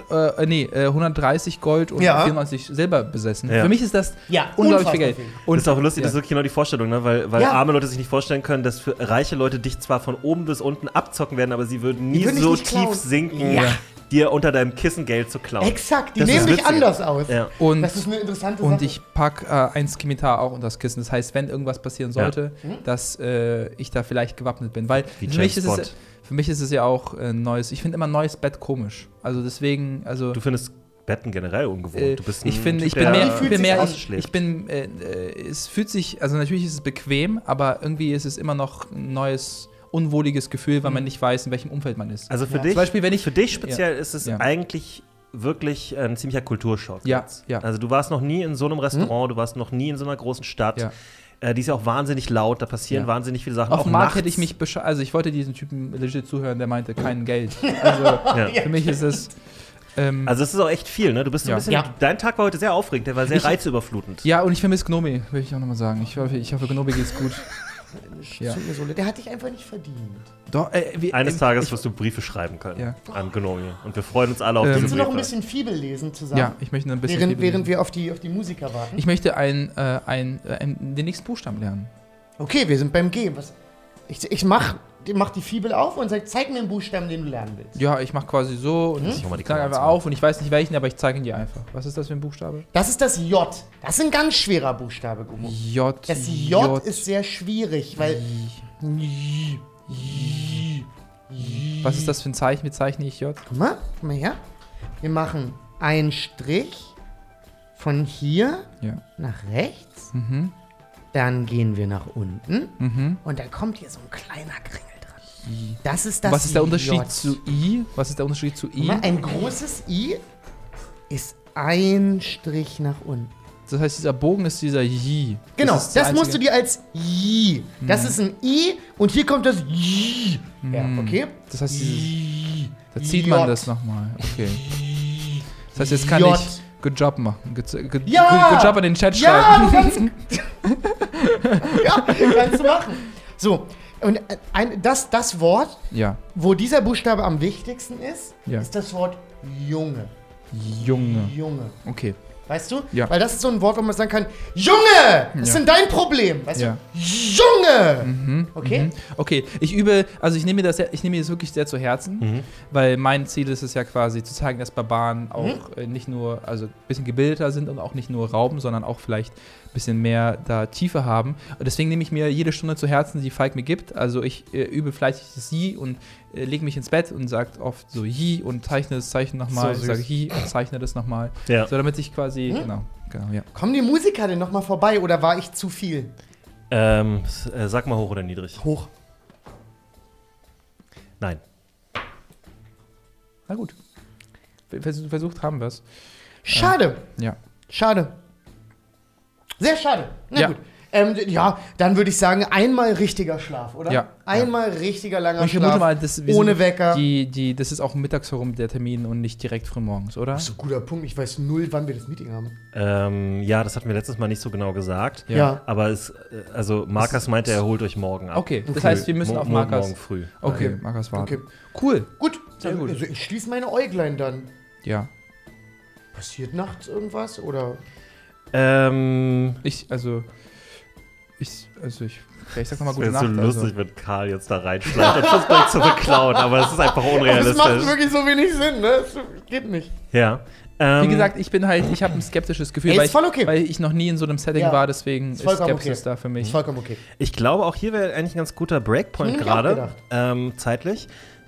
130 Gold und Ja. 94 Silber besessen. Ja. Für mich ist das Ja, unglaublich viel unfassbar Geld. viel. Und Das ist auch lustig, ja. das ist wirklich genau die Vorstellung, ne? weil Ja. arme Leute sich nicht vorstellen können, dass für reiche Leute dich zwar von oben bis unten abzocken werden, aber sie würden nie würden dich so nicht tief klauen. sinken, Ja. dir unter deinem Kissen Geld zu klauen. Exakt, die Das ist nehmen dich witzig. anders aus. Ja. Und, Das ist eine interessante und Sache. ich packe ein Skimitar auch unter das Kissen. Das heißt, wenn irgendwas passieren sollte, dass ich da vielleicht gewappnet bin. Weil Wie für mich, James Bond. für mich ist es ja auch ein neues. Ich finde immer ein neues Bett komisch. Also deswegen, also. Du findest Betten generell ungewohnt. Du bist ein ich bin Typ, mehr, der ich bin mehr, ausschläft. ich bin, es fühlt sich, also natürlich ist es bequem, aber irgendwie ist es immer noch ein neues, unwohliges Gefühl, weil man nicht weiß, in welchem Umfeld man ist. Also für Ja. dich, Zum Beispiel, wenn ich- für dich speziell ist es Ja. eigentlich wirklich ein ziemlicher Kulturschock. Ja, jetzt. ja. Also du warst noch nie in so einem Restaurant, du warst noch nie in so einer großen Stadt. Ja. Die ist ja auch wahnsinnig laut, da passieren Ja. wahnsinnig viele Sachen. Auf auch dem Markt nachts. hätte ich mich also ich wollte diesen Typen legit zuhören, der meinte, kein Geld. Also Ja. für mich ist es Also es ist auch echt viel, ne? Du bist so Ja. ein bisschen, Ja. dein Tag war heute sehr aufregend, der war sehr Ich- reizüberflutend. ja, und ich vermisse Gnomi, will ich auch nochmal sagen. Ich hoffe Gnomi geht's gut. Ja. Tut mir so leid. Der hat dich einfach nicht verdient. Doch, Eines Tages wirst du Briefe schreiben können Ja. an Gnomi. Und wir freuen uns alle auf Willst diese du noch Briefe. ein bisschen Fibel lesen zusammen? ja, ich möchte ein bisschen Während wir auf die Musiker warten? ich möchte den nächsten Buchstaben lernen. Okay, wir sind beim G. Ich mach die Fibel auf und sag, zeig mir einen Buchstaben, den du lernen willst. Ja, ich mache quasi so und Ich mach mal die ich sage Kamera einfach zu. auf und ich weiß nicht welchen, aber ich zeige ihn dir einfach. Was ist das für ein Buchstabe? Das ist das J. Das ist ein ganz schwerer Buchstabe, Gummo. J. Das J ist sehr schwierig, weil. Was ist das für ein Zeichen? Wie zeichne ich J? Guck mal her. Wir machen einen Strich von hier Ja. nach rechts. Mhm. Dann gehen wir nach unten. Mhm. Und dann kommt hier so ein kleiner Kringel dran. Das ist das Was ist der Unterschied J. zu I? Was ist der Unterschied zu Guck I? mal, ein großes I ist ein Strich nach unten. Das heißt, dieser Bogen ist dieser J. Genau, ist das musst du dir als J. Das ist ein I und hier kommt das J. Ja, okay? Das heißt, J. da zieht man J. das nochmal. Okay. Das heißt, jetzt kann J. ich Good Job machen. Good Ja! Job in den Chat Ja, du schreiben. Ja, kannst du machen. So, und das Wort, Ja. wo dieser Buchstabe am wichtigsten ist, Ja. ist das Wort Junge. Junge. Junge. Okay. Weißt du? Ja. Weil das ist so ein Wort, wo man sagen kann, Junge, was ist denn dein Problem? Weißt Ja. du? Junge! Okay? Okay, ich nehme mir das wirklich sehr zu Herzen, weil mein Ziel ist es ja quasi zu zeigen, dass Barbaren auch nicht nur, also ein bisschen gebildeter sind und auch nicht nur rauben, sondern auch vielleicht ein bisschen mehr da Tiefe haben. Und deswegen nehme ich mir jede Stunde zu Herzen, die Falk mir gibt. Also ich übe fleißig das Yi und lege mich ins Bett und sage oft so Yi und zeichne das Zeichen nochmal. So Ich sage Yi und zeichne das nochmal. Ja. So, damit ich quasi, genau, ja. Kommen die Musiker denn nochmal vorbei oder war ich zu viel? Sag mal hoch oder niedrig. Hoch. Nein. Na gut. Versucht haben wir es. Schade. Ja. Schade. Sehr schade. Na Ja. gut. Ja, dann würde ich sagen, einmal richtiger Schlaf, oder? Ja. Einmal richtiger langer Und ich vermute Schlaf. mal, wir ohne sind Wecker. Das ist auch mittags herum der Termin und nicht direkt frühmorgens, oder? Das ist ein guter Punkt. Ich weiß null, wann wir das Meeting haben. Ja, das hatten wir letztes Mal nicht so genau gesagt. Ja. Aber also Markus meinte, er holt euch morgen ab. Okay, das heißt, wir müssen auf Markus. Morgen früh. Okay, Markus warten. Okay. Cool. Gut. Sehr gut. Also ich schließe meine Äuglein dann. Ja. Passiert nachts irgendwas? Oder? Ich sag nochmal Es gute wäre so Nacht. lustig, Also. wenn Karl jetzt da reinschleicht und versucht euch zu beklauen, aber es ist einfach Das unrealistisch. macht wirklich so wenig Sinn, ne? Das geht nicht. Ja. Wie gesagt, ich habe ein skeptisches Gefühl, Ey, weil, ist voll okay. weil ich noch nie in so einem Setting Ja. war, deswegen Ist ist vollkommen Skepsis okay. da für mich. Ist vollkommen okay. ich glaube, auch hier wäre eigentlich ein ganz guter Breakpoint Hab ich auch gerade, zeitlich.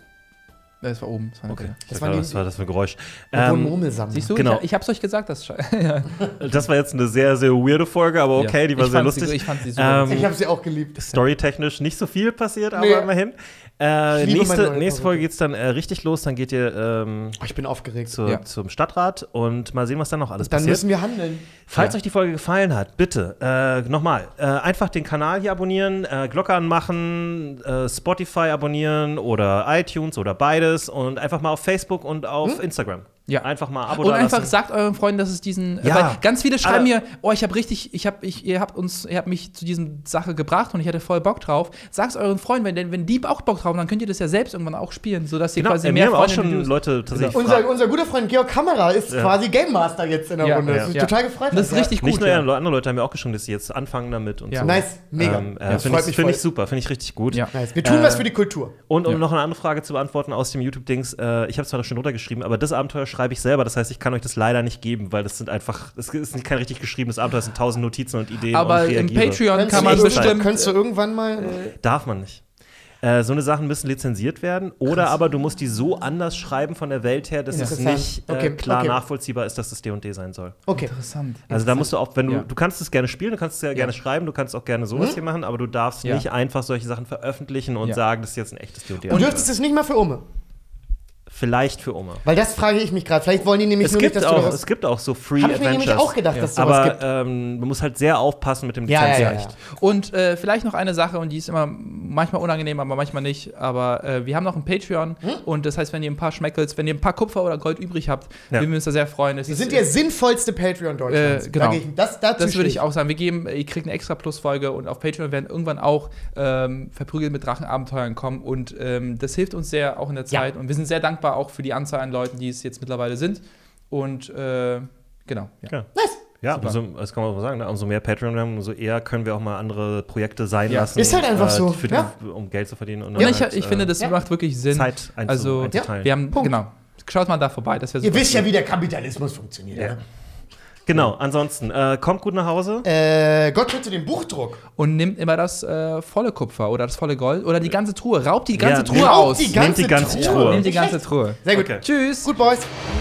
Das war oben. Das war Okay, Das war was war das für ein Geräusch? Wir wohnen Murmelsammler. Siehst du, Genau. ich hab's euch gesagt, das ja. Das war jetzt eine sehr, sehr weirde Folge, aber okay, Ja. die war Ich sehr fand sie- lustig. ich fand sie super. Ich habe sie auch geliebt. Storytechnisch nicht so viel passiert, aber Nee. immerhin. liebe meine neue Nächste Folge Folge. geht's dann richtig los. Dann geht ihr Oh, ich bin aufgeregt. Ja. zum Stadtrat und mal sehen, was dann noch alles Dann passiert. müssen wir handeln. Falls euch die Folge gefallen hat, bitte nochmal einfach den Kanal hier abonnieren, Glocke anmachen, Spotify abonnieren oder iTunes oder beides und einfach mal auf Facebook und auf Instagram. Ja. Einfach mal Abo Und dalassen. einfach sagt euren Freunden, dass es diesen. Ja. Weil ganz viele schreiben Aber- mir, oh, ihr habt mich zu diesen Sache gebracht und ich hatte voll Bock drauf. Sag's euren Freunden, wenn die auch Bock drauf haben, dann könnt ihr das ja selbst irgendwann auch spielen, sodass ihr Genau, quasi mir mehr haben auch Freunde schon Videos- Leute tatsächlich Unser guter Freund Georg Kammerer ist quasi Game Master jetzt in der Ja, Runde. ja. Das ist Ja. total gefreut. Das ist hat, richtig gut. Nicht nur ja. andere Leute haben mir auch geschrieben, dass sie jetzt anfangen damit und Ja. so. Nice, mega. Finde Das freut ich, mich find ich voll. super, finde ich richtig gut. Ja. Nice. Wir tun was für die Kultur. Und um Ja. noch eine andere Frage zu beantworten aus dem YouTube-Dings, ich habe es zwar schon runtergeschrieben, aber das Abenteuer schreibe ich selber, das heißt, ich kann euch das leider nicht geben, weil das ist nicht kein richtig geschriebenes Abenteuer, es sind 1000 Notizen und Ideen Aber und im reagiere. Patreon kann man du- bestimmt. Könntest du irgendwann mal. Darf man nicht. So eine Sachen müssen lizenziert werden oder aber du musst die so anders schreiben von der Welt her, dass es Interessant. nicht Okay, klar okay. nachvollziehbar ist, dass das D&D sein soll. Okay. Interessant. Also da musst du auch, wenn du, Ja. du kannst es gerne spielen, du kannst es ja gerne schreiben, du kannst auch gerne sowas hier machen, aber du darfst Ja. nicht einfach solche Sachen veröffentlichen und Ja. sagen, das ist jetzt ein echtes D&D. Du dürftest es nicht mal für Umme. Vielleicht für Oma. Weil das frage ich mich gerade. Vielleicht wollen die nämlich Es nur gibt, nicht, dass du auch, daraus. es gibt auch so Free Habe ich mir Adventures. nämlich auch gedacht, dass sowas aber gibt. man muss halt sehr aufpassen mit dem Ja, ja, ja, Lizenzrecht. Und vielleicht noch eine Sache, und die ist immer manchmal unangenehm, aber manchmal nicht. Aber wir haben noch ein Patreon. Und das heißt, wenn ihr ein paar Schmeckels, wenn ihr ein paar Kupfer oder Gold übrig habt, Ja. würden wir uns da sehr freuen. Wir sind der sinnvollste Patreon Deutschlands. genau. Dazu Das würde stehe ich auch sagen. Ihr kriegt eine extra Plus-Folge und auf Patreon werden irgendwann auch verprügelt mit Drachenabenteuern kommen. Und das hilft uns sehr, auch in der Zeit. Und wir sind sehr dankbar auch für die Anzahl an Leuten, die es jetzt mittlerweile sind. Und genau. Ja. Ja. Nice. Ja, Super. das kann man so sagen. Ne? Umso mehr Patreon wir haben, umso eher können wir auch mal andere Projekte sein Ja. lassen. Ist halt einfach so, für die, ja. Um Geld zu verdienen. Und Ja, halt, ich finde, das ja. macht wirklich Sinn. Zeit Also, einzuteilen. wir haben, Punkt. genau. Schaut mal da vorbei, das wäre Ihr super. wisst ja, wie der Kapitalismus funktioniert. Ja. Ja. Genau, ansonsten, kommt gut nach Hause. Gott schütze den Buchdruck. Und nimmt immer das volle Kupfer oder das volle Gold oder die ganze Truhe. Raubt die ganze Ja, Truhe nehmt aus. Nehmt die ganze Truhe. Nehmt die ganze Truhe. Sehr gut. Okay. Tschüss. Gut, Boys.